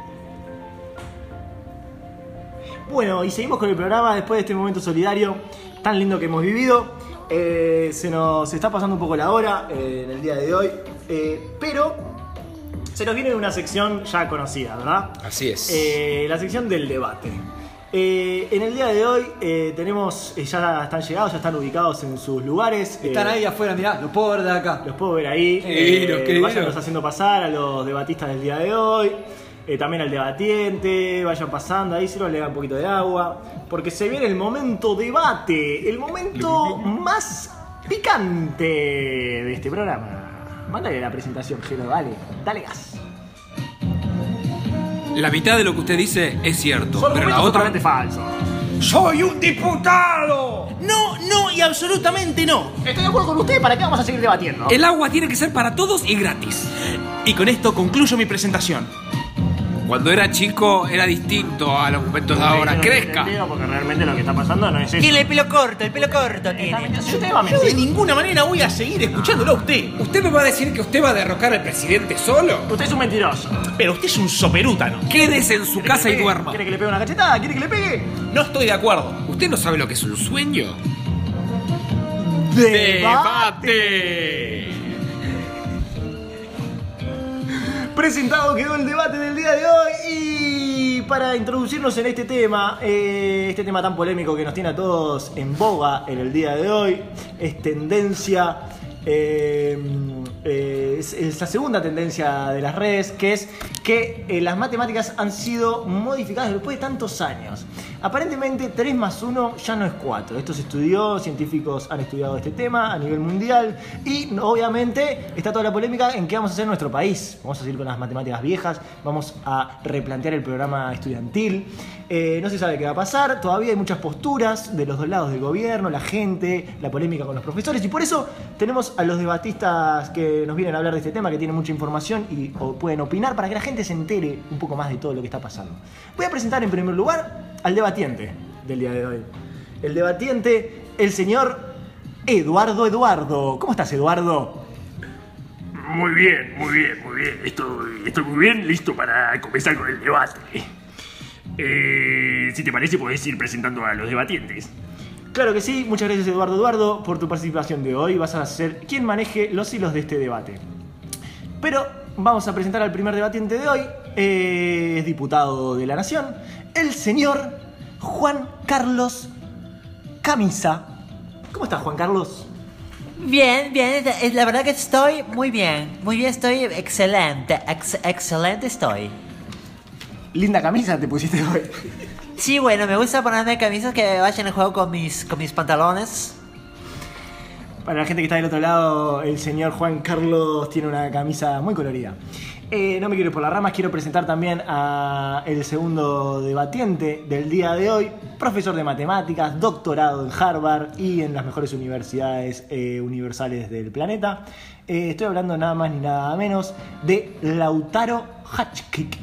Bueno, y seguimos con el programa después de este momento solidario tan lindo que hemos vivido. Eh, se nos está pasando un poco la hora eh, en el día de hoy, eh, pero se nos viene una sección ya conocida, ¿verdad? Así es. Eh, la sección del debate. Eh, en el día de hoy eh, tenemos, eh, ya están llegados, ya están ubicados en sus lugares. Están eh, ahí afuera, mirá, los puedo ver de acá. Los puedo ver ahí. Sí, los queridos. Váyanos haciendo pasar a los debatistas del día de hoy. Eh, también al debatiente. Vayan pasando ahí, solo le dan un poquito de agua. Porque se viene el momento debate. El momento más picante de este programa. Mándale la presentación, Gero. Dale, dale gas. La mitad de lo que usted dice es cierto, Son pero la argumentos otra... totalmente falsos. ¡Soy un diputado! No, no y absolutamente no. Estoy de acuerdo con usted. ¿Para qué vamos a seguir debatiendo? El agua tiene que ser para todos y gratis. Y con esto concluyo mi presentación. Cuando era chico era distinto a los momentos de ahora. Yo no ¡Crezca! entiendo, porque realmente lo que está pasando no es eso. Tiene el pelo corto, el pelo corto tiene. Si usted va a Yo de mentir, ninguna manera voy a seguir escuchándolo a usted. ¿Usted me va a decir que usted va a derrocar al presidente solo? usted es un mentiroso. Pero usted es un soperútano. Quédese en su casa y ¿Quiere duerma. que le pegue una cachetada? ¿Quiere que le pegue? No estoy de acuerdo. ¿Usted no sabe lo que es un sueño? ¡Debate! Presentado quedó el debate del día de hoy y para introducirnos en este tema, eh, este tema tan polémico que nos tiene a todos en boga en el día de hoy, es tendencia, eh, eh, es, es la segunda tendencia de las redes, que es que eh, las matemáticas han sido modificadas después de tantos años. Aparentemente tres más uno ya no es cuatro. Esto se estudió, científicos han estudiado este tema a nivel mundial y obviamente está toda la polémica en qué vamos a hacer en nuestro país. Vamos a seguir con las matemáticas viejas, vamos a replantear el programa estudiantil. Eh, no se sabe qué va a pasar, todavía hay muchas posturas de los dos lados del gobierno, la gente, la polémica con los profesores y por eso tenemos a los debatistas que nos vienen a hablar de este tema, que tienen mucha información y o pueden opinar para que la gente se entere un poco más de todo lo que está pasando. Voy a presentar en primer lugar al debatiente del día de hoy. El debatiente, el señor Eduardo Eduardo. ¿Cómo estás, Eduardo? Muy bien, muy bien, muy bien. Estoy, estoy muy bien, listo para comenzar con el debate. Eh, si te parece, podés ir presentando a los debatientes. Claro que sí, muchas gracias Eduardo Eduardo por tu participación de hoy. Vas a ser quien maneje los hilos de este debate. Pero vamos a presentar al primer debatiente de hoy. Eh, es diputado de la Nación, el señor Juan Carlos Camisa. ¿Cómo estás, Juan Carlos? Bien, bien, la verdad que estoy muy bien, muy bien, estoy excelente, ex excelente estoy. Linda camisa te pusiste hoy. Sí, bueno, me gusta ponerme camisas que vayan en juego con mis, con mis pantalones. Para la gente que está del otro lado, el señor Juan Carlos tiene una camisa muy colorida. Eh, no me quiero ir por las ramas, quiero presentar también a el segundo debatiente del día de hoy, profesor de matemáticas, doctorado en Harvard y en las mejores universidades eh, universales del planeta. Eh, estoy hablando nada más ni nada menos de Lautaro Hachkik.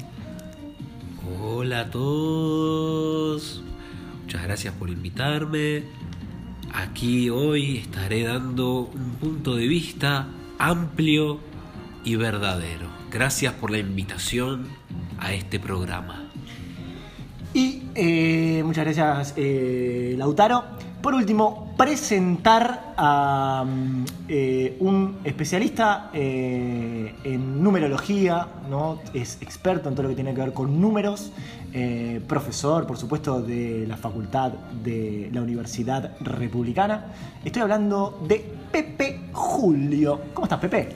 Hola a todos, muchas gracias por invitarme. Aquí hoy estaré dando un punto de vista amplio y verdadero. Gracias por la invitación a este programa. Y eh, muchas gracias, eh, Lautaro. Por último, presentar a eh, un especialista eh, en numerología, ¿no? Es experto en todo lo que tiene que ver con números, eh, profesor, por supuesto, de la Facultad de la Universidad Republicana. Estoy hablando de Pepe Julio. ¿Cómo estás, Pepe?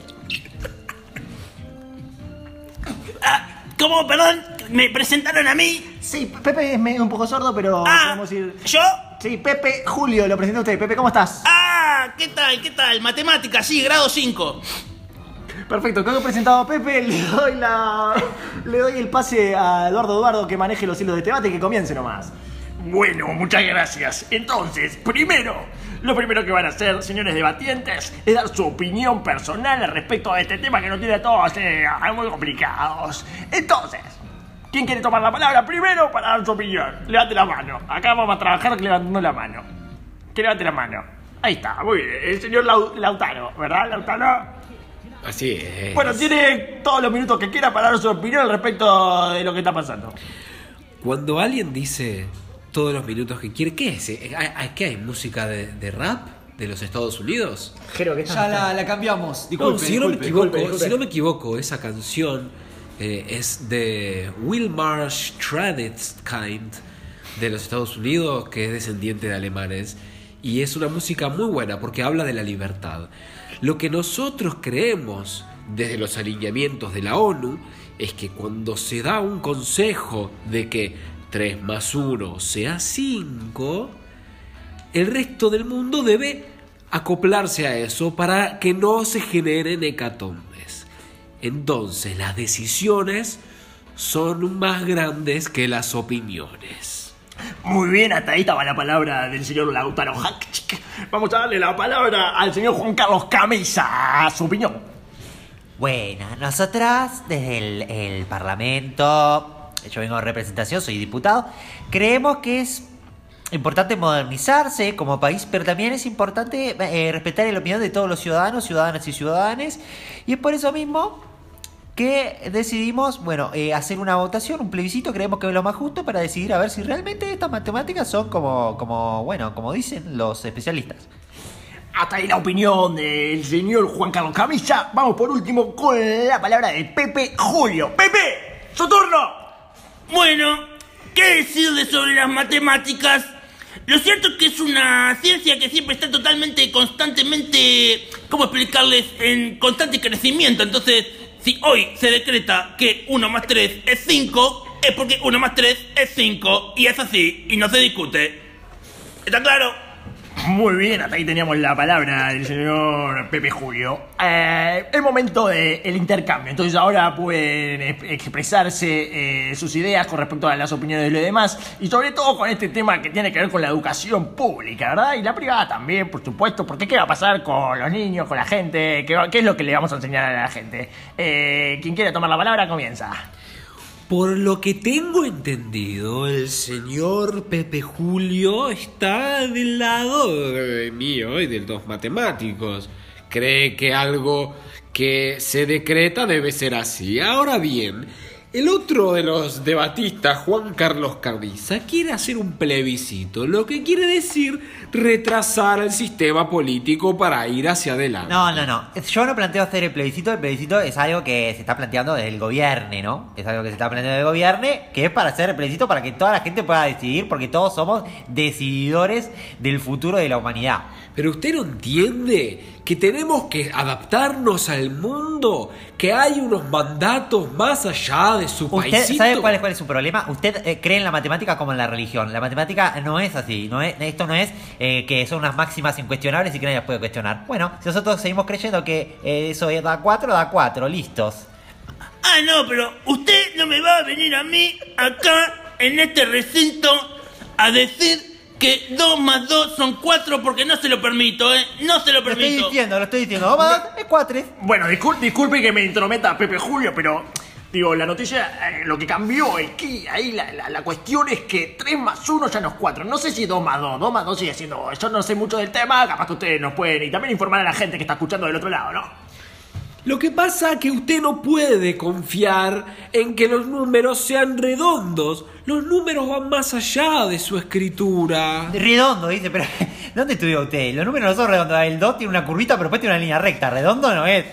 Ah, ¿cómo? Perdón, ¿me presentaron a mí? Sí, Pepe es medio un poco sordo, pero ah, podemos ir... ¿Yo? Sí, Pepe Julio, lo presenta usted. Pepe, ¿cómo estás? Ah, ¿qué tal? ¿Qué tal? Matemáticas, sí, grado cinco. Perfecto, creo que he presentado a Pepe, le doy la. le doy el pase a Eduardo Eduardo que maneje los hilos de este debate y que comience nomás. Bueno, muchas gracias. Entonces, primero, lo primero que van a hacer, señores debatientes, es dar su opinión personal al respecto de este tema que nos tiene a todos eh, muy complicados. Entonces, ¿quién quiere tomar la palabra primero para dar su opinión? Levante la mano. Acá vamos a trabajar levantando la mano. Que levante la mano. Ahí está, muy bien. El señor Lau Lautaro, ¿verdad, Lautaro? Así es. Bueno, tiene todos los minutos que quiera para dar su opinión al respecto de lo que está pasando. Cuando alguien dice todos los minutos que quiere, ¿qué es? ¿Qué hay? ¿Música de, de rap de los Estados Unidos? Creo que ya la, la cambiamos. Disculpe, no, si, disculpe, no me equivoco, disculpe, disculpe. si no me equivoco, esa canción eh, es de Wilmar Stradeskind de los Estados Unidos, que es descendiente de alemanes, y es una música muy buena porque habla de la libertad. Lo que nosotros creemos desde los alineamientos de la ONU es que cuando se da un consejo de que tres más uno sea cinco, el resto del mundo debe acoplarse a eso para que no se generen hecatombes. Entonces las decisiones son más grandes que las opiniones. Muy bien, hasta ahí estaba la palabra del señor Lautaro Hachkik. Vamos a darle la palabra al señor Juan Carlos Camisa, a su opinión. Bueno, nosotras desde el, el Parlamento, yo vengo de representación, soy diputado, creemos que es importante modernizarse como país, pero también es importante eh, respetar la opinión de todos los ciudadanos, ciudadanas y ciudadanos, y es por eso mismo que decidimos, bueno, eh, hacer una votación, un plebiscito, creemos que es lo más justo para decidir a ver si realmente estas matemáticas son como, como bueno, como dicen los especialistas. Hasta ahí la opinión del señor Juan Carlos Camisa. Vamos por último con la palabra de Pepe Julio. ¡Pepe! ¡Su turno! Bueno, ¿qué decirle sobre las matemáticas? Lo cierto es que es una ciencia que siempre está totalmente, constantemente, ¿cómo explicarles? En constante crecimiento. Entonces, si hoy se decreta que uno más tres es cinco, es porque uno más tres es cinco, y es así, y no se discute. ¿Está claro? Muy bien, hasta ahí teníamos la palabra del señor Pepe Julio. Eh, el momento del intercambio. Entonces ahora pueden expresarse eh, sus ideas con respecto a las opiniones de los demás. Y sobre todo con este tema que tiene que ver con la educación pública, ¿verdad? Y la privada también, por supuesto. Porque ¿qué va a pasar con los niños, con la gente? ¿Qué, qué es lo que le vamos a enseñar a la gente? Eh, quien quiera tomar la palabra, comienza. Por lo que tengo entendido, el señor Pepe Julio está del lado eh, mío y de los matemáticos. Cree que algo que se decreta debe ser así. Ahora bien, el otro de los debatistas, Juan Carlos Carniza, quiere hacer un plebiscito, lo que quiere decir retrasar el sistema político para ir hacia adelante. No, no, no. Yo no planteo hacer el plebiscito. El plebiscito es algo que se está planteando desde el gobierno, ¿no? Es algo que se está planteando desde el gobierno, que es para hacer el plebiscito para que toda la gente pueda decidir, porque todos somos decididores del futuro de la humanidad. Pero usted no entiende que tenemos que adaptarnos al mundo, que hay unos mandatos más allá de su ¿Usted paisito. sabe cuál es, cuál es su problema? Usted eh, cree en la matemática como en la religión. La matemática no es así. No es, esto no es eh, que son unas máximas incuestionables y que nadie las puede cuestionar. Bueno, si nosotros seguimos creyendo que eh, eso da cuatro, da cuatro, listos. Ah, no, pero usted no me va a venir a mí acá, en este recinto, a decir que dos más dos son cuatro porque no se lo permito, ¿eh? No se lo permito. Lo estoy diciendo, lo estoy diciendo. dos más dos es cuatro. Bueno, discul disculpe que me intrometa Pepe Julio, pero... Digo, la noticia, eh, lo que cambió es que ahí la, la, la cuestión es que tres más uno ya no es cuatro. No sé si dos más dos, dos más dos sigue siendo... Yo no sé mucho del tema, capaz que ustedes nos pueden... Y también informar a la gente que está escuchando del otro lado, ¿no? Lo que pasa es que usted no puede confiar en que los números sean redondos. Los números van más allá de su escritura. Redondo, dice, pero ¿dónde estudió usted? Los números no son redondos. El dos tiene una curvita, pero después tiene una línea recta. Redondo no es.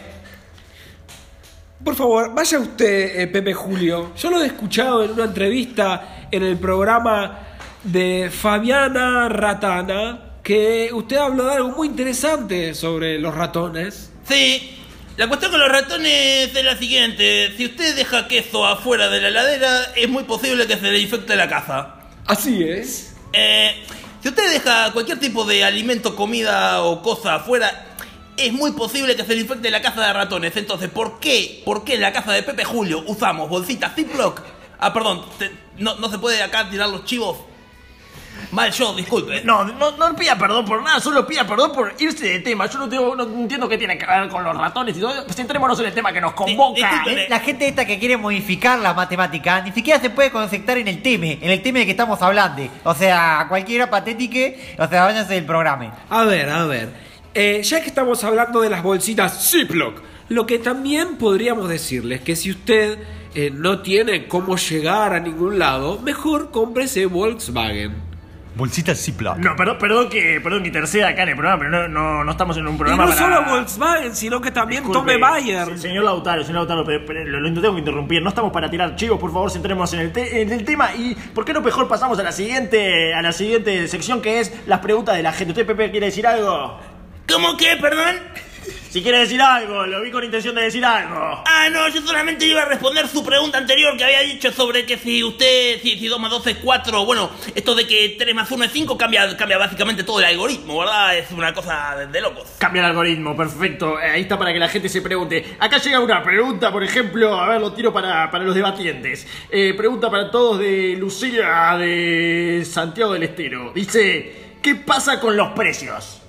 Por favor, vaya usted, eh, Pepe Julio. Yo lo he escuchado en una entrevista en el programa de Fabiana Ratana, que usted habló de algo muy interesante sobre los ratones. Sí, la cuestión con los ratones es la siguiente. Si usted deja queso afuera de la heladera, es muy posible que se le infecte la casa. Así es. Eh, si usted deja cualquier tipo de alimento, comida o cosa afuera, es muy posible que se le infecte la casa de ratones. Entonces, ¿por qué? ¿Por qué en la casa de Pepe Julio usamos bolsitas Ziploc? Ah, perdón, te, no, no se puede acá tirar los chivos. Mal yo, disculpe. No, no, no pida perdón por nada, solo pida perdón por irse de tema. Yo no, tengo, no entiendo qué tiene que ver con los ratones y todo. Pues centrémonos en el tema que nos convoca. ¿Eh? La gente esta que quiere modificar la matemática ni siquiera se puede conectar en el tema, en el tema de que estamos hablando. O sea, cualquiera patétique, o sea, váyanse del programa. A ver, a ver. Eh, ya que estamos hablando de las bolsitas Ziploc, lo que también podríamos decirles que si usted eh, no tiene cómo llegar a ningún lado, mejor cómprese Volkswagen. Bolsitas Ziploc. No, perdón, perdón que perdón que tercera acá en el programa, pero no, no, no estamos en un programa y no para... solo Volkswagen, sino que también Disculpe, tome Bayer. se, Señor Lautaro, señor Lautaro, pero, pero, lo, lo tengo que interrumpir. No estamos para tirar chivos, por favor, centremos en el, te, en el tema. Y ¿por qué no mejor pasamos a la siguiente a la siguiente sección, que es las preguntas de la gente? ¿Usted, Pepe, quiere decir algo? ¿Cómo qué, perdón? Si quiere decir algo, lo vi con intención de decir algo. Ah, no, yo solamente iba a responder su pregunta anterior que había dicho sobre que si usted, si, si dos más dos es cuatro, bueno, esto de que tres más uno es cinco cambia, cambia básicamente todo el algoritmo, ¿verdad? Es una cosa de, de locos. Cambia el algoritmo, perfecto. Ahí está para que la gente se pregunte. Acá llega una pregunta, por ejemplo, a ver, lo tiro para, para los debatientes. Eh, pregunta para todos de Lucía de Santiago del Estero. Dice, ¿qué pasa con los precios?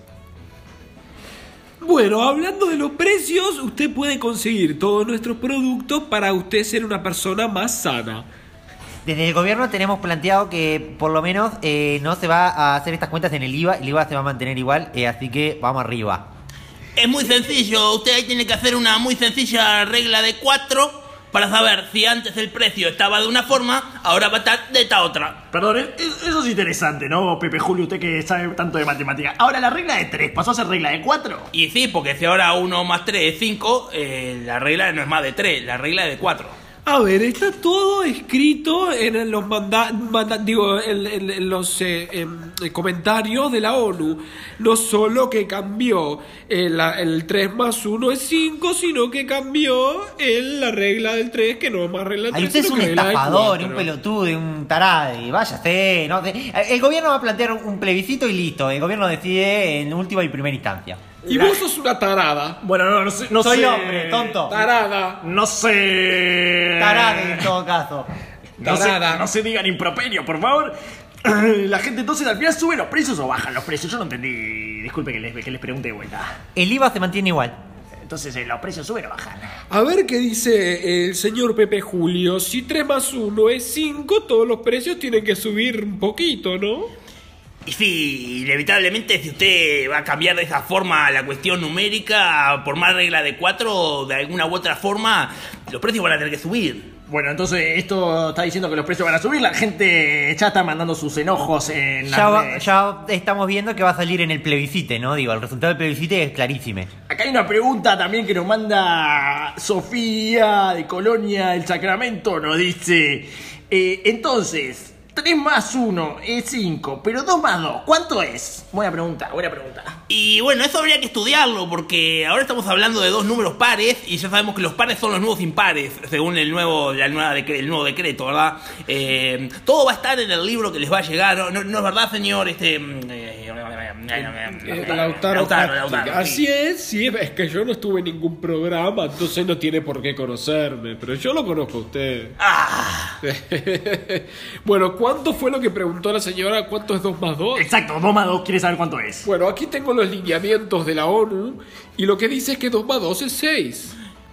Bueno, hablando de los precios, usted puede conseguir todos nuestros productos para usted ser una persona más sana. Desde el gobierno tenemos planteado que por lo menos eh, no se va a hacer estas cuentas en el I V A, el I V A se va a mantener igual, eh, así que vamos arriba. Es muy sencillo, usted ahí tiene que hacer una muy sencilla regla de cuatro para saber si antes el precio estaba de una forma, ahora va a estar de esta otra. Perdón, eso es interesante, ¿no, Pepe Julio? Usted que sabe tanto de matemática. Ahora, la regla de tres pasó a ser regla de cuatro. Y sí, porque si ahora uno más tres es cinco, eh, la regla no es más de tres, la regla es de cuatro. A ver, está todo escrito en los manda, manda- digo, en, en- en los eh, em, comentarios de la ONU. No solo que cambió eh, la- el tres más uno es cinco, sino que cambió el- la regla del tres, que no es más regla del Ay, tres. usted es sino un que regla del estafador, y un cuatro. pelotudo, y un tarade, váyase, no sé. El gobierno va a plantear un plebiscito y listo. El gobierno decide en última y primera instancia. Y vos sos una tarada. Bueno, no, no sé. No Soy sé. hombre, tonto. Tarada. No sé. Tarade en todo caso. No se, Tarada. no se digan improperio, por favor. La gente entonces al final sube los precios o bajan los precios. Yo no entendí. Disculpe que les, que les pregunte de vuelta. El I V A se mantiene igual. Entonces, eh, ¿los precios suben o bajan? A ver qué dice el señor Pepe Julio. Si tres más uno es cinco, todos los precios tienen que subir un poquito, ¿no? Y sí, inevitablemente si usted va a cambiar de esa forma la cuestión numérica, por más regla de cuatro, de alguna u otra forma, los precios van a tener que subir. Bueno, entonces esto está diciendo que los precios van a subir. La gente ya está mandando sus enojos en las Ya, va- redes. ya estamos viendo que va a salir en el plebiscite, ¿no? Digo, el resultado del plebiscite es clarísimo. Acá hay una pregunta también que nos manda Sofía de Colonia del Sacramento. Nos dice, eh, entonces, tres más uno es cinco, pero dos más dos, ¿cuánto es? Buena pregunta, buena pregunta. Y bueno, eso habría que estudiarlo, porque ahora estamos hablando de dos números pares, y ya sabemos que los pares son los nuevos impares, según el nuevo, la nueva decre- el nuevo decreto, ¿verdad? Eh, todo va a estar en el libro que les va a llegar, ¿no, no, no es verdad, señor? Este... eh, Eh, Lautaro Lautaro, Hastic. Lautaro, Así sí. es, sí, es que yo no estuve en ningún programa, entonces no tiene por qué conocerme, pero yo lo conozco a usted. Ah. Bueno, ¿cuánto fue lo que preguntó la señora? ¿Cuánto es dos más dos? Exacto, dos más dos, ¿quiere saber cuánto es? Bueno, aquí tengo los lineamientos de la ONU y lo que dice es que dos más dos es seis.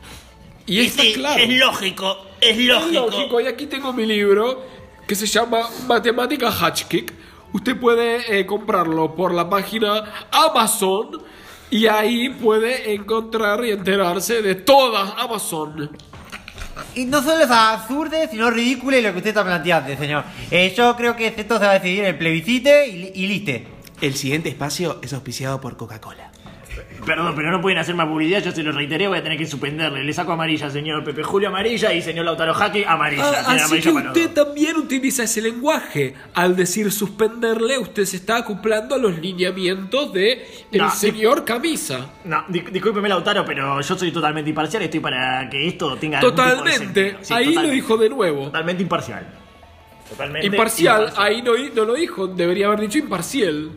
Y Y está sí, claro. es lógico, es lógico. Es lógico, y aquí tengo mi libro que se llama Matemática Hatchkick. Usted puede eh, comprarlo por la página Amazon y ahí puede encontrar y enterarse de toda Amazon. Y no solo es absurdo, sino ridículo lo que usted está planteando, señor. Eh, yo creo que esto se va a decidir en el plebiscite y, y listo. El siguiente espacio es auspiciado por Coca-Cola. Perdón, pero no pueden hacer más publicidad, yo se lo reiteré, voy a tener que suspenderle. Le saco amarilla, señor Pepe Julio, amarilla, y señor Lautaro Jaque, amarilla. Ah, Tiene así amarilla que para los usted dos. también utiliza ese lenguaje. Al decir suspenderle, usted se está acoplando a los lineamientos de el No, señor Camisa. No, di- discúlpeme Lautaro, pero yo soy totalmente imparcial y estoy para que esto tenga algún tipo de Totalmente. sentido. Sí, Ahí total- lo dijo de nuevo. Totalmente imparcial. Totalmente Imparcial, ahí no, no lo dijo. Debería haber dicho imparcial.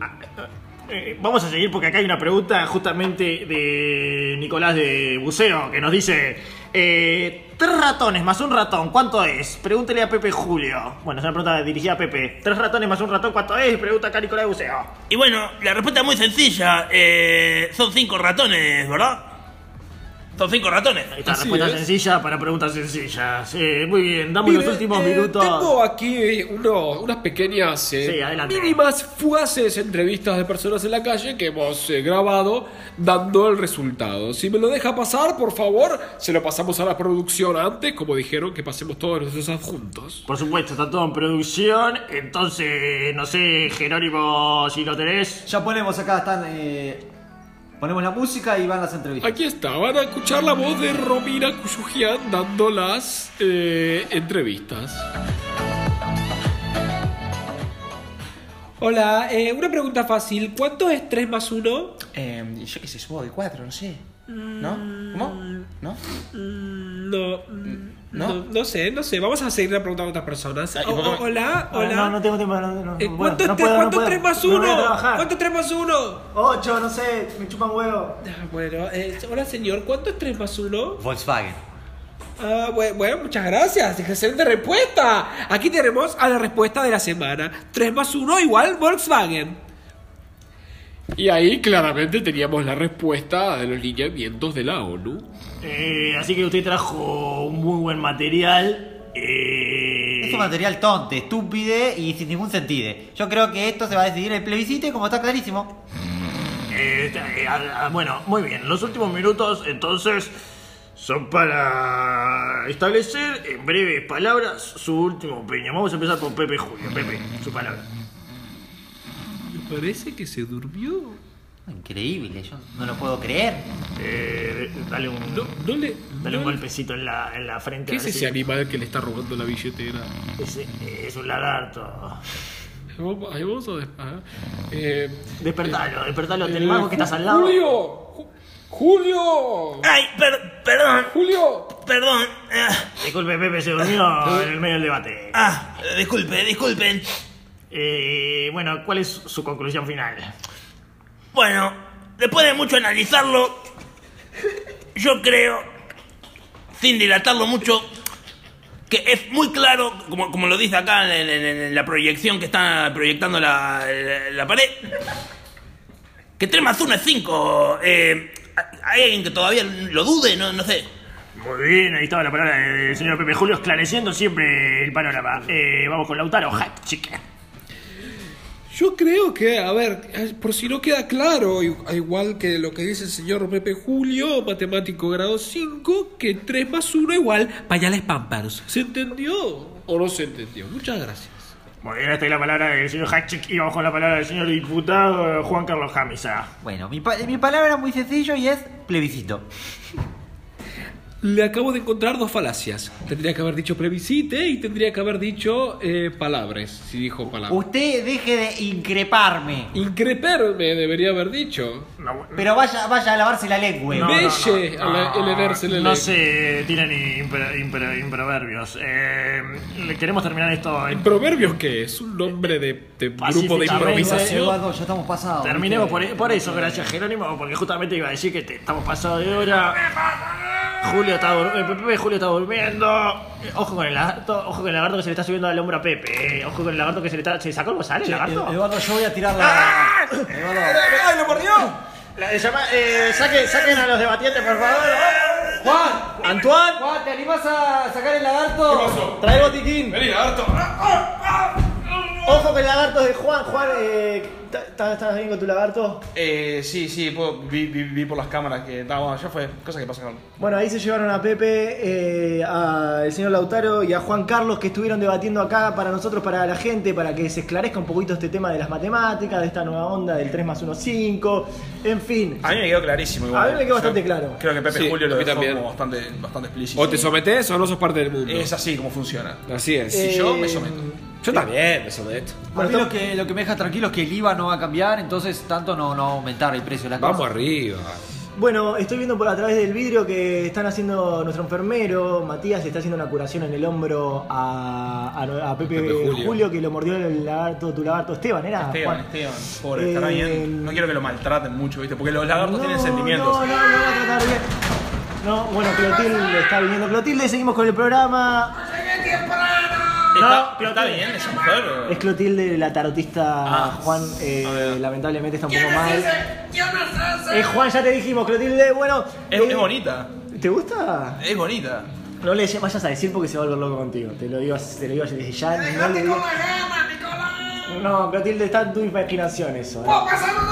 Eh, vamos a seguir porque acá hay una pregunta justamente de Nicolás de Buceo que nos dice: eh, tres ratones más un ratón, ¿cuánto es? Pregúntele a Pepe Julio. Bueno, es una pregunta dirigida a Pepe. Tres ratones más un ratón, ¿cuánto es? Pregunta acá Nicolás de Buceo. Y bueno, la respuesta es muy sencilla. Eh, son cinco ratones, ¿verdad? Son cinco ratones. Ahí está, respuesta sencilla para preguntas sencillas. Eh, muy bien, damos Mire, los últimos eh, minutos. Tengo aquí uno- unas pequeñas, eh, Sí, adelante. mínimas, fugaces entrevistas de personas en la calle que hemos eh, grabado dando el resultado. Si me lo deja pasar, por favor, se lo pasamos a la producción antes, como dijeron, que pasemos todos nuestros adjuntos. Por supuesto, está todo en producción. Entonces, no sé, Jerónimo, si lo tenés. Ya ponemos acá, están. eh, ponemos la música y van las entrevistas. Aquí está, van a escuchar la voz de Romina Cuyujian dando las eh, entrevistas. Hola, eh, una pregunta fácil. ¿Cuánto es tres más uno? Eh, yo qué sé, supongo que cuatro, no sé. ¿No? ¿Cómo? ¿No? No, no, no sé, no sé. Vamos a seguir preguntando a otras personas. Ah, ¿y O- por qué o- me- hola, Ah, hola. No, no tengo tiempo. No, no, Eh, bueno, ¿Cuánto, no es, puedo, ¿cuánto no es puedo. tres más Me voy a uno? trabajar. ¿Cuánto es tres más uno? Ocho, no sé, me chupan huevo. Ah, bueno, eh, hola señor, ¿cuánto es tres más uno? Volkswagen. Ah, bueno, bueno, muchas gracias. Excelente respuesta. Aquí tenemos a la respuesta de la semana. tres más uno igual Volkswagen. Y ahí claramente teníamos la respuesta de los lineamientos de la ONU. Eh, así que usted trajo un muy buen material. Eh, Es un material tonto, estúpido y sin ningún sentido. Yo creo que esto se va a decidir en el plebiscite, como está clarísimo. eh, eh, ah, ah, bueno, muy bien. Los últimos minutos, entonces, son para establecer en breves palabras su última opinión. Vamos a empezar por Pepe Julio. Pepe, su palabra. Me parece que se durmió. Increíble, yo no lo puedo creer. Eh, dale un, No, no le, dale no un le- golpecito en la, en la frente. ¿Qué a es ver ese si- animal que le está robando la billetera? Ese- es un lagarto. Vamos, ahí vamos a des- ajá. Eh, Despertalo, despertalo, eh, el mago que estás al lado. ¡Julio! Ju- ¡Julio! Ay, per- perdón. ¡Julio! Perdón. Ah, Disculpe, Pepe se durmió en el medio del debate. ah, disculpe, disculpen. Eh, bueno, ¿cuál es su conclusión final? Bueno, después de mucho analizarlo, yo creo, sin dilatarlo mucho, que es muy claro, como, como lo dice acá en, en- en la proyección que está proyectando la, la- la pared, que tres más uno es cinco. Eh, ¿Hay alguien que todavía lo dude? No, no sé. Muy bien, ahí estaba la palabra del señor Pepe Julio esclareciendo siempre el panorama. Eh, vamos con Lautaro, hat chica. Yo creo que, a ver, por si no queda claro, i- igual que lo que dice el señor Pepe Julio, matemático grado cinco, que tres más uno igual pañales Pampers. ¿Se entendió o no se entendió? Muchas gracias. Muy bien, esta es la palabra del señor Hatchick y vamos con la palabra del señor diputado Juan Carlos Jamisa. Bueno, mi, pa- mi palabra es muy sencillo y es plebiscito. Le acabo de encontrar dos falacias. Tendría que haber dicho plebiscite y tendría que haber dicho eh, palabras, si dijo palabras. Usted deje de increparme. Increperme debería haber dicho. Pero vaya, vaya a lavarse la lengua. No, no, Belle no, a la- el enerse la no lengua. se tiran impro- impro- improverbios. Eh, le queremos terminar esto en ¿Proverbios qué es? ¿Un nombre de, de grupo de Pacíficamente. improvisación? Eduardo, ya estamos pasados. Terminemos ¿viste? por, por eso, gracias Jerónimo, porque justamente iba a decir que te- estamos pasados de hora. Julio está, dur- eh, Pepe Julio está durmiendo. Eh, Ojo con el lagarto, ojo con el lagarto que se le está subiendo al hombro a Pepe. eh. Ojo con el lagarto que se le está. ¿Se sacó el bozal el Che, lagarto? Ed- Eduardo, yo voy a tirar la. Eduardo. ¡Ay, lo mordió! La- llama- eh, saque- saquen a los debatientes, por favor. Juan, Antoine, Juan, ¿te animás a sacar el lagarto? trae el botiquín. Vení, lagarto. Ojo con el lagarto de Juan. Juan, eh, ¿ta- ta- ¿estás bien con tu lagarto? Eh, sí, sí, puedo- vi, vi- vi por las cámaras que. No, bueno, ya fue. Cosa que pasa con. Bueno, ahí se llevaron a Pepe, eh, al señor Lautaro y a Juan Carlos que estuvieron debatiendo acá para nosotros, para la gente, para que se esclarezca un poquito este tema de las matemáticas, de esta nueva onda del tres más uno, cinco, en fin. A mí me quedó clarísimo igual. A mí me quedó Yo bastante claro. Creo que Pepe Sí, Julio lo a mí dejó también. como bastante, bastante explícito. O te sometes o no sos parte del mundo. Es así como funciona. Así es. Si yo me someto. Yo también me someto. A mí lo que, lo que me deja tranquilo es que el I V A no va a cambiar, entonces tanto no, no va a aumentar el precio de las Vamos cosas. arriba. Bueno, estoy viendo por a través del vidrio que están haciendo nuestro enfermero, Matías, está haciendo una curación en el hombro a, a- a Pepe, Pepe Julio. Julio. que lo mordió el lagarto, tu lagarto Esteban, ¿era? Esteban, Juan? Esteban, pobre, estará Eh, bien. No quiero que lo maltraten mucho, ¿viste? Porque los lagartos No, tienen sentimientos. No, no, no va a tratar bien. No, bueno, Clotilde está viniendo. Clotilde, seguimos con el programa. ¿Está, No, ¿está bien esa mujer? o- Es Clotilde, la tarotista Ah, Juan, a eh, ver. lamentablemente está un poco mal. Eh, Juan, ya te dijimos, Clotilde, bueno. Es, eh, es bonita. ¿Te gusta? Es bonita. No le vayas a decir porque se va a volver loco contigo. Te lo digo, te lo digo desde ya. No, le digo- no, Clotilde, está en tu imaginación eso. ¿eh?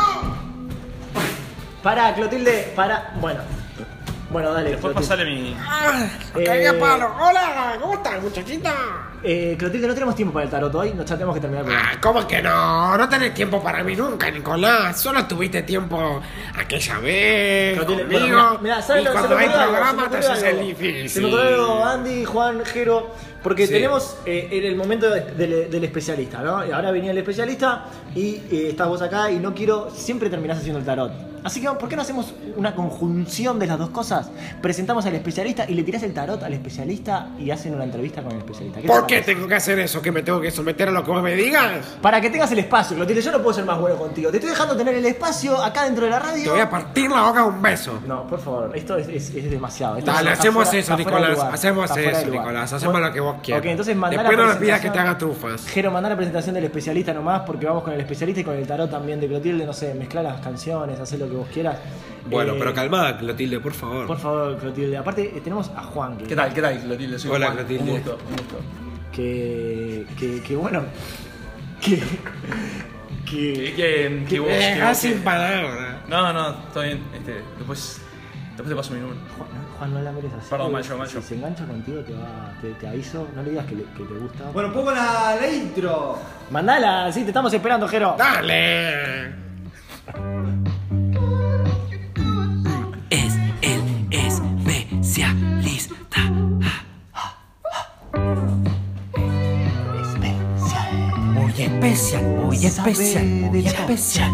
Pará, Clotilde, pará. Bueno. Bueno, dale. Después Clotilde. pasale mi. Ah, Eh, cagué a palo. Hola, ¿cómo estás, muchachita? Eh, Clotilde, no tenemos tiempo para el tarot hoy. Nos tenemos que terminar el programa. Ah, ¿cómo que no? No tenés tiempo para mí nunca, Nicolás. Solo tuviste tiempo aquella vez Clotilde, conmigo. bueno, mirá, mirá, ¿sabes y lo- cuando se me hay ocurrió algo, programa se te me ocurrió haces el algo. difícil. Se me ocurrió algo, Andy, Juan, Jero, porque Sí. tenemos eh, en el momento de- del, del especialista, ¿no? Y ahora venía el especialista y eh, estás vos acá y no quiero, siempre terminás haciendo el tarot. Así que, ¿por qué no hacemos una conjunción de las dos cosas? Presentamos al especialista y le tirás el tarot al especialista y hacen una entrevista con el especialista. ¿Qué te ¿Por qué parece? tengo que hacer eso? ¿Que me tengo que someter a lo que vos me digas? Para que tengas el espacio, Clotilde. Yo no puedo ser más bueno contigo. Te estoy dejando tener el espacio acá dentro de la radio. Te voy a partir la boca a un beso. No, por favor, esto es, es- es demasiado. Esto Dale, está hacemos fuera- eso, está fuera de Nicolás. lugar. Hacemos Está fuera de eso, lugar. Nicolás. Hacemos Bueno, lo que vos quieras. Ok, entonces mandá Después la no me pidas que presentación. te haga trufas. Jero, mandá la presentación del especialista nomás porque vamos con el especialista y con el tarot también de Clotilde. No sé, mezclar las canciones, hacer lo que vos quieras. Bueno, Eh, pero calmada, Clotilde, por favor. Por favor, Clotilde. Aparte, eh, tenemos a Juan. Que, ¿Qué tal? ¿Qué tal, Clotilde? Soy Hola, Juan. Clotilde. Un gusto, un gusto. Que, que, que bueno. Que. Que, Que. que, que vos. Me que dejas vos- sin palabras. No, no, está bien. Este, después. Después te paso mi número. Juan, Juan, no la mires así. Perdón, macho, macho. Si se engancha contigo, te, va, te, te aviso. No le digas que, le- que te gusta. Bueno, pongo la, la intro. Mandala, sí, te estamos esperando, Jero. Dale. especial, muy especial, muy especial.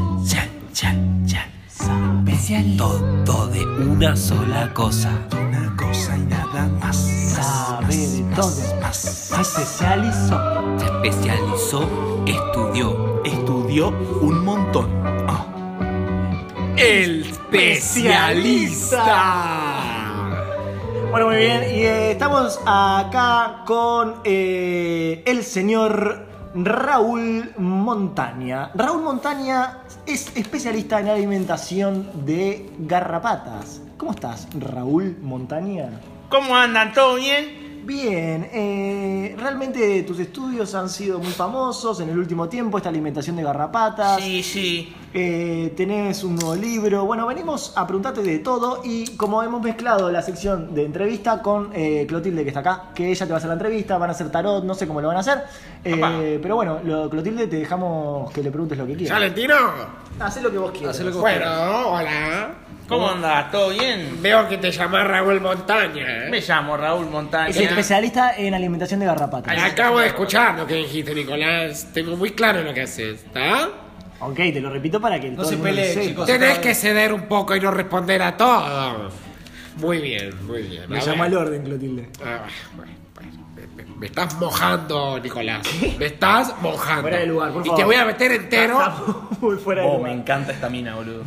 Especial. Todo de una sola cosa. Una cosa y nada más. Sabe de todo. Se especializó. Se especializó, estudió. Estudió un montón. Ah. El especialista. Bueno, muy bien. Y eh, estamos acá con eh, el señor Raúl Montaña. Raúl Montaña es especialista en alimentación de garrapatas. ¿Cómo estás, Raúl Montaña? ¿Cómo andan? ¿Todo bien? Bien, eh, realmente tus estudios han sido muy famosos en el último tiempo, esta alimentación de garrapatas. Sí, sí. Eh, tenés un nuevo libro. Bueno, venimos a preguntarte de todo y como hemos mezclado la sección de entrevista con eh, Clotilde, que está acá, que ella te va a hacer la entrevista, van a hacer tarot, no sé cómo lo van a hacer. Eh, pero bueno, lo, Clotilde, te dejamos que le preguntes lo que quieras. ¿Valentino? Hacé lo que vos quieras. Hacé lo que vos bueno, quieras. Hola. ¿Cómo andás? ¿Todo bien? Veo que te llamás Raúl Montaña. ¿eh? Me llamo Raúl Montaña. Es especialista en alimentación de garrapatas. Acabo de escuchar lo que dijiste, Nicolás. Tengo muy claro lo que haces, ¿está? Ok, te lo repito para que no se pelee, chicos. Tenés que ceder un poco y no responder a todo. Muy bien, muy bien. Me llama al orden, Clotilde. Ah, bueno, bueno, me, me, me estás mojando, Nicolás. ¿Qué? Me estás mojando. Fuera de lugar, por y favor. te voy a meter entero. Muy fuera de oh, lugar. Me encanta esta mina, boludo.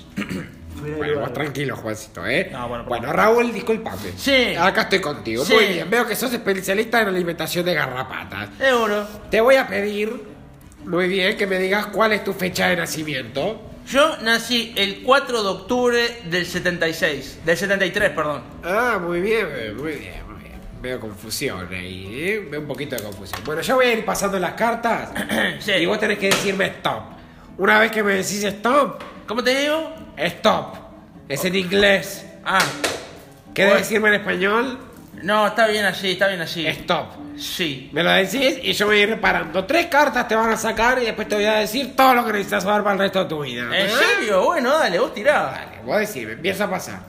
Bueno, vos tranquilo, Juancito, ¿eh? No, bueno, bueno, Raúl, discúlpame. Sí. Acá estoy contigo. Sí. Muy bien, veo que sos especialista en alimentación de garrapatas. Seguro. Te voy a pedir, muy bien, que me digas cuál es tu fecha de nacimiento. Yo nací el cuatro de octubre del setenta y seis. Del setenta y tres, perdón. Ah, muy bien, muy bien, muy bien. Veo confusión ahí, ¿eh? Veo un poquito de confusión. Bueno, yo voy a ir pasando las cartas. Sí. Y vos tenés que decirme stop. Una vez que me decís stop. ¿Cómo te digo? Stop. Es en inglés. Ah. ¿Querés Bueno. decirme en español? No, está bien así, está bien así. Stop. Sí. Me lo decís y yo voy a ir reparando. Tres cartas te van a sacar y después te voy a decir todo lo que necesitas saber para el resto de tu vida. ¿En ¿eh? serio? Bueno, dale, vos tirá. Dale, vos decime, empieza a pasar.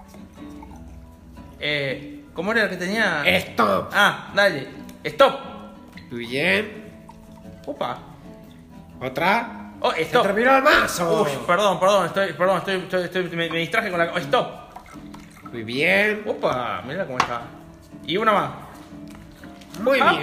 Eh, ¿Cómo era el que tenía? Stop. Ah, dale. Stop. Muy bien. Opa. Otra. Oh, stop. Se terminó el mazo. Uf, perdón, perdón, estoy, perdón, estoy, estoy, estoy- me, me distraje con la. Oh, stop. Muy bien. Opa, mirá cómo está. Y una más. Muy bien.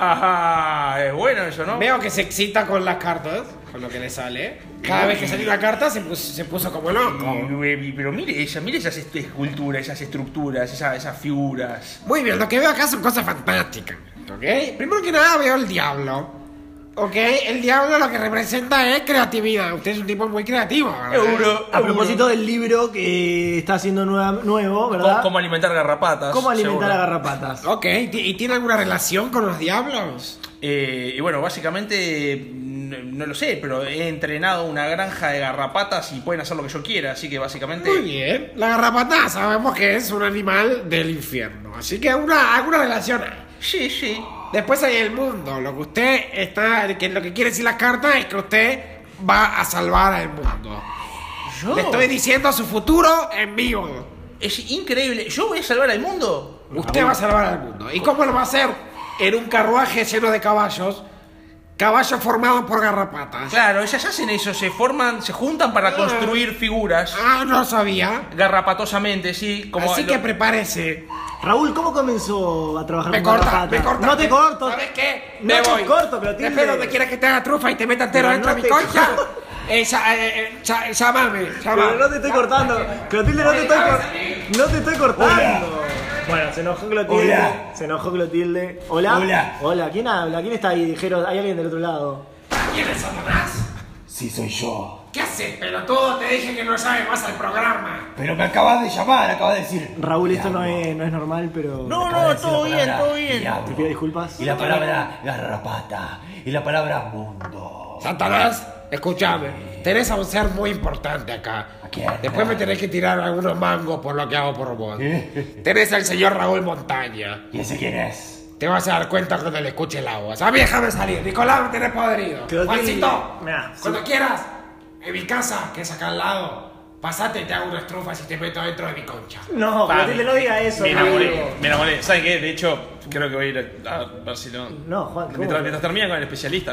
¡Apa! Es bueno eso, ¿no? Veo que se excita con las cartas, con lo que le sale. Cada vez que salió una carta se puso, se puso como loco. Pero, pero mire esa, mire esas est- esculturas, esas estructuras, esas, esas figuras. Muy bien, lo que veo acá son cosas fantásticas. ¿Ok? Primero que nada veo el diablo. ¿Ok? El diablo lo que representa es creatividad. Usted es un tipo muy creativo, ¿verdad? Euro. A propósito del libro que está haciendo nueva- nuevo, ¿verdad? ¿Cómo, cómo alimentar garrapatas? ¿Cómo alimentar seguro. a garrapatas? Ok, ¿y tiene alguna relación con los diablos? Eh, y bueno, básicamente no, no lo sé, pero he entrenado una granja de garrapatas y pueden hacer lo que yo quiera, así que básicamente. Muy bien. La garrapata sabemos que es un animal del infierno, así que una, alguna relación hay. Sí, sí. Después hay el mundo. Lo que usted está. Que lo que quiere decir la carta es que usted va a salvar al mundo. ¿Yo? Le estoy diciendo su futuro en vivo. Es increíble. ¿Yo voy a salvar al mundo? Usted va a salvar al mundo. ¿Y cómo lo va a hacer? En un carruaje lleno de caballos. Caballos formados por garrapatas. Claro, ellas hacen eso, se forman, se juntan para construir figuras. Ah, no sabía. Garrapatosamente, sí. Como Así lo- que prepárese. Raúl, ¿cómo comenzó a trabajar Me con corta, garrapatas? me corta. No te corto. ¿Sabes qué? No Me te voy. corto, Clotilde. Después donde quieras que te haga trufa y te meta entero Pero dentro no de mi te- concha. Eh, ya- eh, eh, ya- llámame, llámame. Pero no te estoy cortando. Clotilde, no te estoy cortando. No te estoy cortando. Bueno, se enojó Clotilde. Hola. Se enojó Clotilde. Hola. Hola. Hola, ¿quién habla? ¿Quién está ahí? Dijeron, hay alguien del otro lado. ¿Quién es Satanás? Sí, soy yo. ¿Qué haces, pelotudo? Te dije que no sabes más al programa. Pero me acabas de llamar, acabas de decir. Raúl, esto no es, no es normal, pero. No, Acabas de no, decir todo la bien, palabra todo bien. diablo. Te pido disculpas. Y la palabra garrapata. Y la palabra mundo. Satanás, escúchame. Tenés a un ser muy importante acá. quién? Después me tenés que tirar algunos mangos por lo que hago por vos. Tenés al señor Raúl Montaña. ¿Y ese quién es? Te vas a dar cuenta cuando le escuche la voz. A mí déjame salir. Nicolás, me tenés podrido. Clotilde, Juancito, mirá, cuando sí. quieras, en mi casa, que es acá al lado, pasate y te hago unas trufas y te meto dentro de mi concha. No, Clotilde, no diga eso. Me enamoré, amigo. me enamoré. ¿Sabes qué? De hecho, creo que voy a ir a, a ver si no. No, Juan, ¿cómo? Mientras, mientras termina con el especialista, ¿no?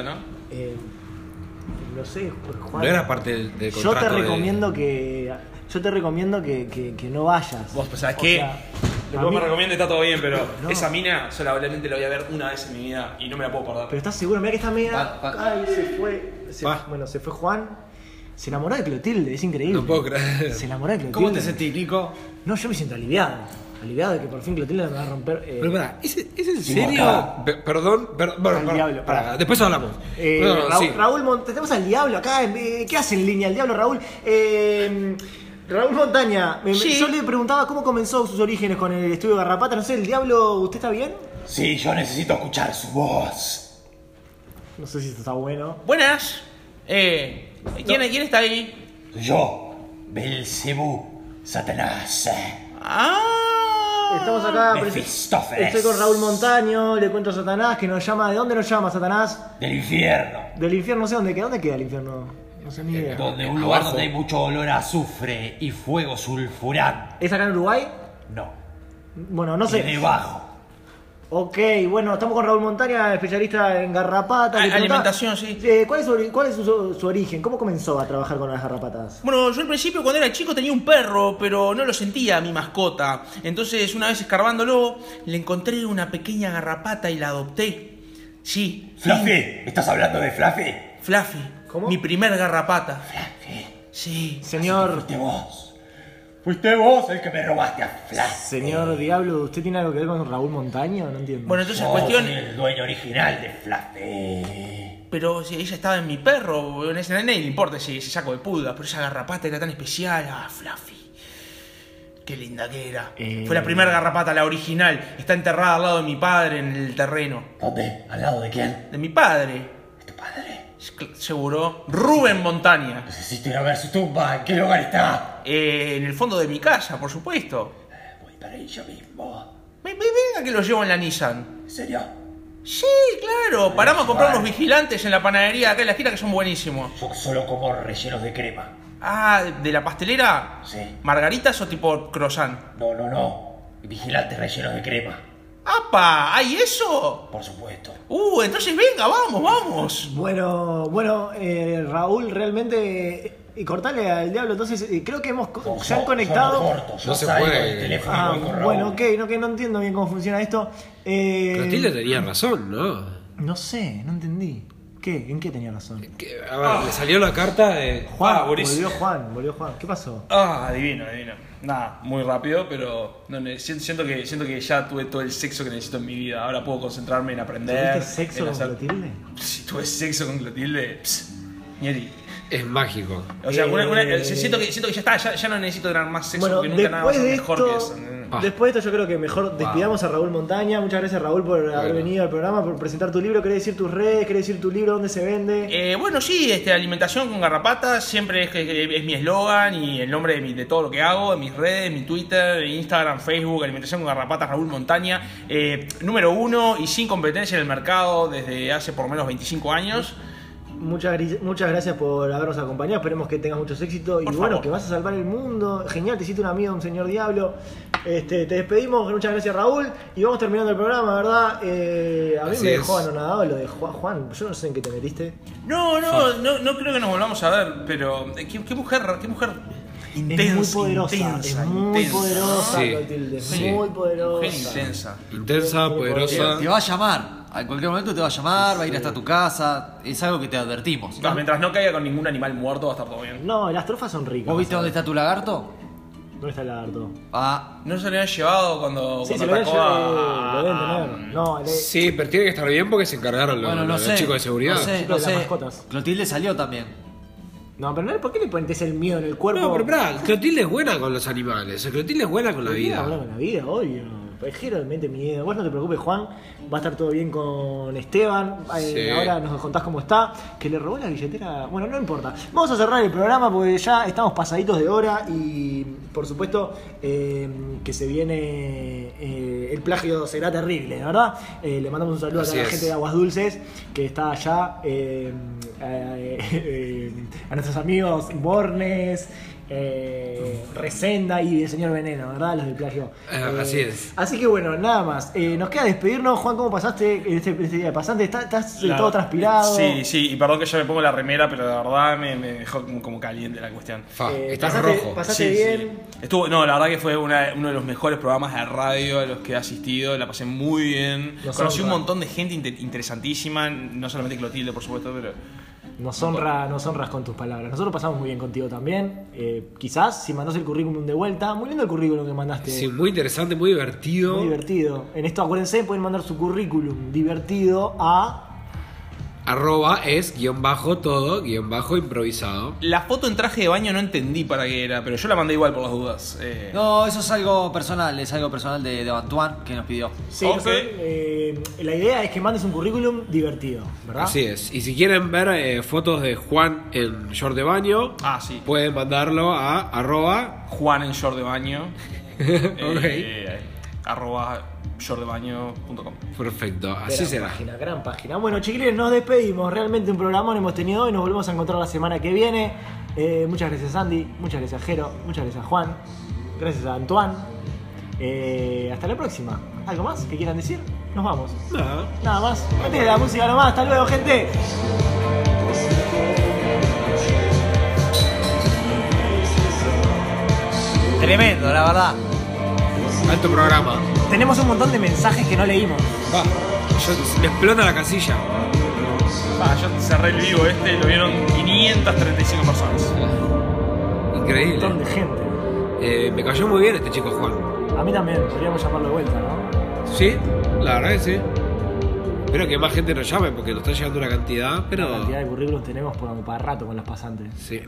Eh, no sé, Juan. No era parte del, del Yo contrato te de- recomiendo que. Yo te recomiendo que, que, que no vayas. Vos, pues, ¿sabes O qué? sea, Lo a que vos mí- me recomiendas está todo bien, pero No. esa mina solamente la voy a ver una vez en mi vida y no me la puedo perder. Pero estás seguro, mira que esta media. Va, va. Ay, se fue. se- bueno, se fue Juan. Se enamoró de Clotilde, es increíble. No puedo creer. Se enamoró de Clotilde. ¿Cómo te sentís, Nico? No, yo me siento aliviado. Aliviado de que por fin Clotilde me va a romper. eh, Pero pará, ¿es, es en Sí, serio? acá. Pe- perdón, per- bueno, Al pará, diablo, pará, pará. después hablamos. Eh, No, Raúl, sí. Raúl Mont- tenemos al diablo acá. eh, ¿Qué hace en línea el diablo, Raúl? Eh, Raúl Montaña, me- me- Sí. yo le preguntaba cómo comenzó sus orígenes con el estudio Garrapata. No sé, el diablo, ¿usted está bien? Sí, yo necesito escuchar su voz. No sé si esto está bueno. Buenas. Eh, ¿quién, ¿Quién está ahí? Yo, Belcebú, Satanás. Ah. Estamos acá. Mefistófeles. Estoy con Raúl Montaño, le cuento a Satanás que nos llama. ¿De dónde nos llama Satanás? Del infierno. Del infierno, no sé dónde queda. ¿Dónde queda el infierno? No sé ni idea. Donde un lugar donde hay mucho olor a azufre y fuego sulfurante. ¿Es acá en Uruguay? No. Bueno, no sé. Y debajo. Ok, bueno, estamos con Raúl Montaña, especialista en garrapatas. A- Le preguntaba, alimentación, sí. eh, ¿Cuál es, su, ori- cuál es su, su origen? ¿Cómo comenzó a trabajar con las garrapatas? Bueno, yo al principio cuando era chico tenía un perro, pero no lo sentía mi mascota. Entonces una vez escarbándolo, le encontré una pequeña garrapata y la adopté. Sí. Fluffy, ¿estás hablando de Fluffy? Fluffy. ¿Cómo? Mi primer garrapata. Fluffy. Sí. Señor, Fuiste vos. Fuiste vos el que me robaste a Fluffy. señor Diablo, ¿usted tiene algo que ver con Raúl Montaño? No entiendo. Bueno, entonces Yo cuestión... soy el dueño original de Fluffy. Pero si ella estaba en mi perro, en ese a nadie le importa ese, ese saco de puda, pero esa garrapata era tan especial. Ah, Fluffy. Qué linda que era. Eh. Fue la primera garrapata, la original. Está enterrada al lado de mi padre en el terreno. ¿Dónde? ¿Al lado de quién? De mi padre. ¿Tu padre? Seguro. Rubén Montaña. Necesito ir a ver su tumba. ¿En qué lugar está? Eh, en el fondo de mi casa, por supuesto. Voy para ahí yo mismo. Ve- ve- Venga que lo llevo en la Nissan. ¿En serio? Sí, claro. Paramos a comprar unos vigilantes en la panadería acá en la esquina que son buenísimos. Yo solo como rellenos de crema. Ah, ¿de la pastelera? Sí. ¿Margaritas o tipo croissant? No, no, no. Vigilantes rellenos de crema. ¡Apa! ¿Hay eso? Por supuesto. Uh, entonces venga, vamos, vamos. Bueno, bueno, eh, Raúl, realmente. Y cortale al diablo, entonces eh, creo que hemos co- se han conectado. Yo salgo del teléfono y Ah, voy con Raúl. bueno, ok, no, que no entiendo bien cómo funciona esto. Eh, Clotilde tenía razón, ¿no? No sé, no entendí. ¿Qué? ¿En qué tenía razón? A ver, le salió la carta de. Juan, Ah, buenísimo. volvió Juan, volvió Juan. ¿Qué pasó? Ah, adivino, adivino. Nada, muy rápido, pero no, ne- si- siento, que, siento que ya tuve todo el sexo que necesito en mi vida. Ahora puedo concentrarme en aprender. ¿Tuviste sexo en con hacer- Clotilde? Si tuve sexo con Clotilde, pss, ñeri. Es mágico. O sea, una- una- Eh, siento, que, siento que ya está, ya, ya no necesito tener más sexo Bueno, porque nunca nada va a después ser de, mejor esto, que eso. ¿no? después de esto yo creo que mejor despidamos a Raúl Montaña. Muchas gracias Raúl por haber Bueno. venido al programa, por presentar tu libro. ¿Querés decir tus redes? ¿Querés decir tu libro? ¿Dónde se vende? Eh, bueno, sí, este, alimentación con garrapatas siempre es, es- es mi eslogan y el nombre de, mi- de todo lo que hago, en mis redes, mi Twitter, Instagram, Facebook, alimentación con garrapatas, Raúl Montaña. Eh, número uno y sin competencia en el mercado desde hace por lo menos veinticinco años. Muchas, gri- muchas gracias por habernos acompañado. Esperemos que tengas muchos éxitos. Y Por bueno, favor. que vas a salvar el mundo. Genial, te hiciste un amigo, un señor diablo. Este, te despedimos. Muchas gracias, Raúl. Y vamos terminando el programa, ¿verdad? Eh, a mí Así me es. dejó anonadado lo de Juan. Juan, yo no sé en qué te metiste. No, no, no, no creo que nos volvamos a ver, pero eh, qué, qué mujer, qué mujer intensa, es muy poderosa. intensa, es muy intensa. poderosa, Sí. Clotilde. Es Sí. muy poderosa. Mujer intensa. Intensa, Te, poderosa. te va a llamar. En cualquier momento te va a llamar, va a ir hasta tu casa. Es algo que te advertimos. No, mientras no caiga con ningún animal muerto va a estar todo bien. No, las trofas son ricas. ¿Vos viste dónde está tu lagarto? ¿Dónde está el lagarto? Ah, ¿No se lo habían llevado cuando, Sí, cuando se lo habían atacó llevado, a- lo deben tener. No, le- Sí, pero tiene que estar bien porque se encargaron los, bueno, no los sé. chicos de seguridad. No sé, Chicos no de las sé. mascotas. Clotilde salió también. No, pero no, ¿por qué le pones el miedo en el cuerpo? No, pero pará, Clotilde es buena con los animales. Clotilde es buena con la vida. Habla con la vida, obvio. Es realmente miedo. Vos no te preocupes, Juan. Va a estar todo bien con Esteban. Eh, Sí. Ahora nos contás cómo está. Que le robó la billetera. Bueno, no importa. Vamos a cerrar el programa porque ya estamos pasaditos de hora. Y por supuesto eh, que se viene. eh, el plagio será terrible, ¿verdad? Eh, le mandamos un saludo Así a la es. gente de Aguas Dulces que está allá. eh, eh, eh, a nuestros amigos Bornes. eh, Resenda y el señor Veneno, ¿verdad? Los del plagio. Eh, así es. Así que bueno, nada más. Eh, nos queda despedirnos. Juan, ¿cómo pasaste este, este día de pasante? ¿Estás, estás La- todo transpirado? Sí, sí, y perdón que yo me pongo la remera, pero la verdad me, me dejó como, como caliente la cuestión. Fa, Eh, estás pasaste- rojo. pasaste bien. Estuvo, no, la verdad que fue una- uno de los mejores programas de radio a los que he asistido, la pasé muy bien. Nos Conocí un honra. montón de gente inte- interesantísima, no solamente Clotilde, por supuesto, pero... Nos, honra, nos honras con tus palabras. Nosotros pasamos muy bien contigo también. Eh, quizás, si mandás el currículum de vuelta. Muy lindo el currículum que mandaste. Sí, muy interesante, muy divertido. Muy divertido. En esto, acuérdense, pueden mandar su currículum divertido a... Arroba es guión bajo todo, guión bajo improvisado. La foto en traje de baño no entendí para qué era, pero yo la mandé igual por las dudas. Eh, No, eso es algo personal, es algo personal de, de Antoine que nos pidió. Sí, no sé, eh, la idea es que mandes un currículum divertido, ¿verdad? Así es. Y si quieren ver eh, fotos de Juan en short de baño, Ah, sí. pueden mandarlo a arroba Juan en short de baño. Ok. eh, arroba shortdebaño punto com. Perfecto, así Gran será. página, gran página. Bueno, chiquilines, nos despedimos. Realmente un programón hemos tenido hoy. Nos volvemos a encontrar la semana que viene. Eh, muchas gracias, Andy. Muchas gracias, Jero. Muchas gracias, Juan. Gracias a Antoine. Eh, hasta la próxima. ¿Algo más que quieran decir? Nos vamos. Nada. Nada más. Antes de la música nomás. Hasta luego, gente. Tremendo, la verdad. Alto programa. Tenemos un montón de mensajes que no leímos. Va, yo- me explota la casilla. Ah, yo cerré el vivo este y lo vieron quinientas treinta y cinco personas. Increíble. Un montón de gente. Eh, me cayó muy bien este chico Juan. A mí también. Podríamos llamarlo de vuelta, ¿no? Sí, la verdad que sí. Espero que más gente nos llame porque nos está llegando una cantidad, pero. La cantidad de currículums tenemos por, para rato con los pasantes. Sí.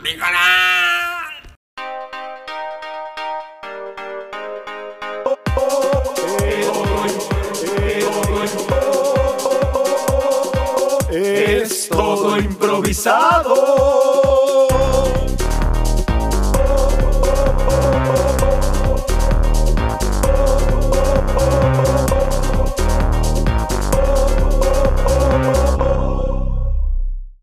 Es todo improvisado.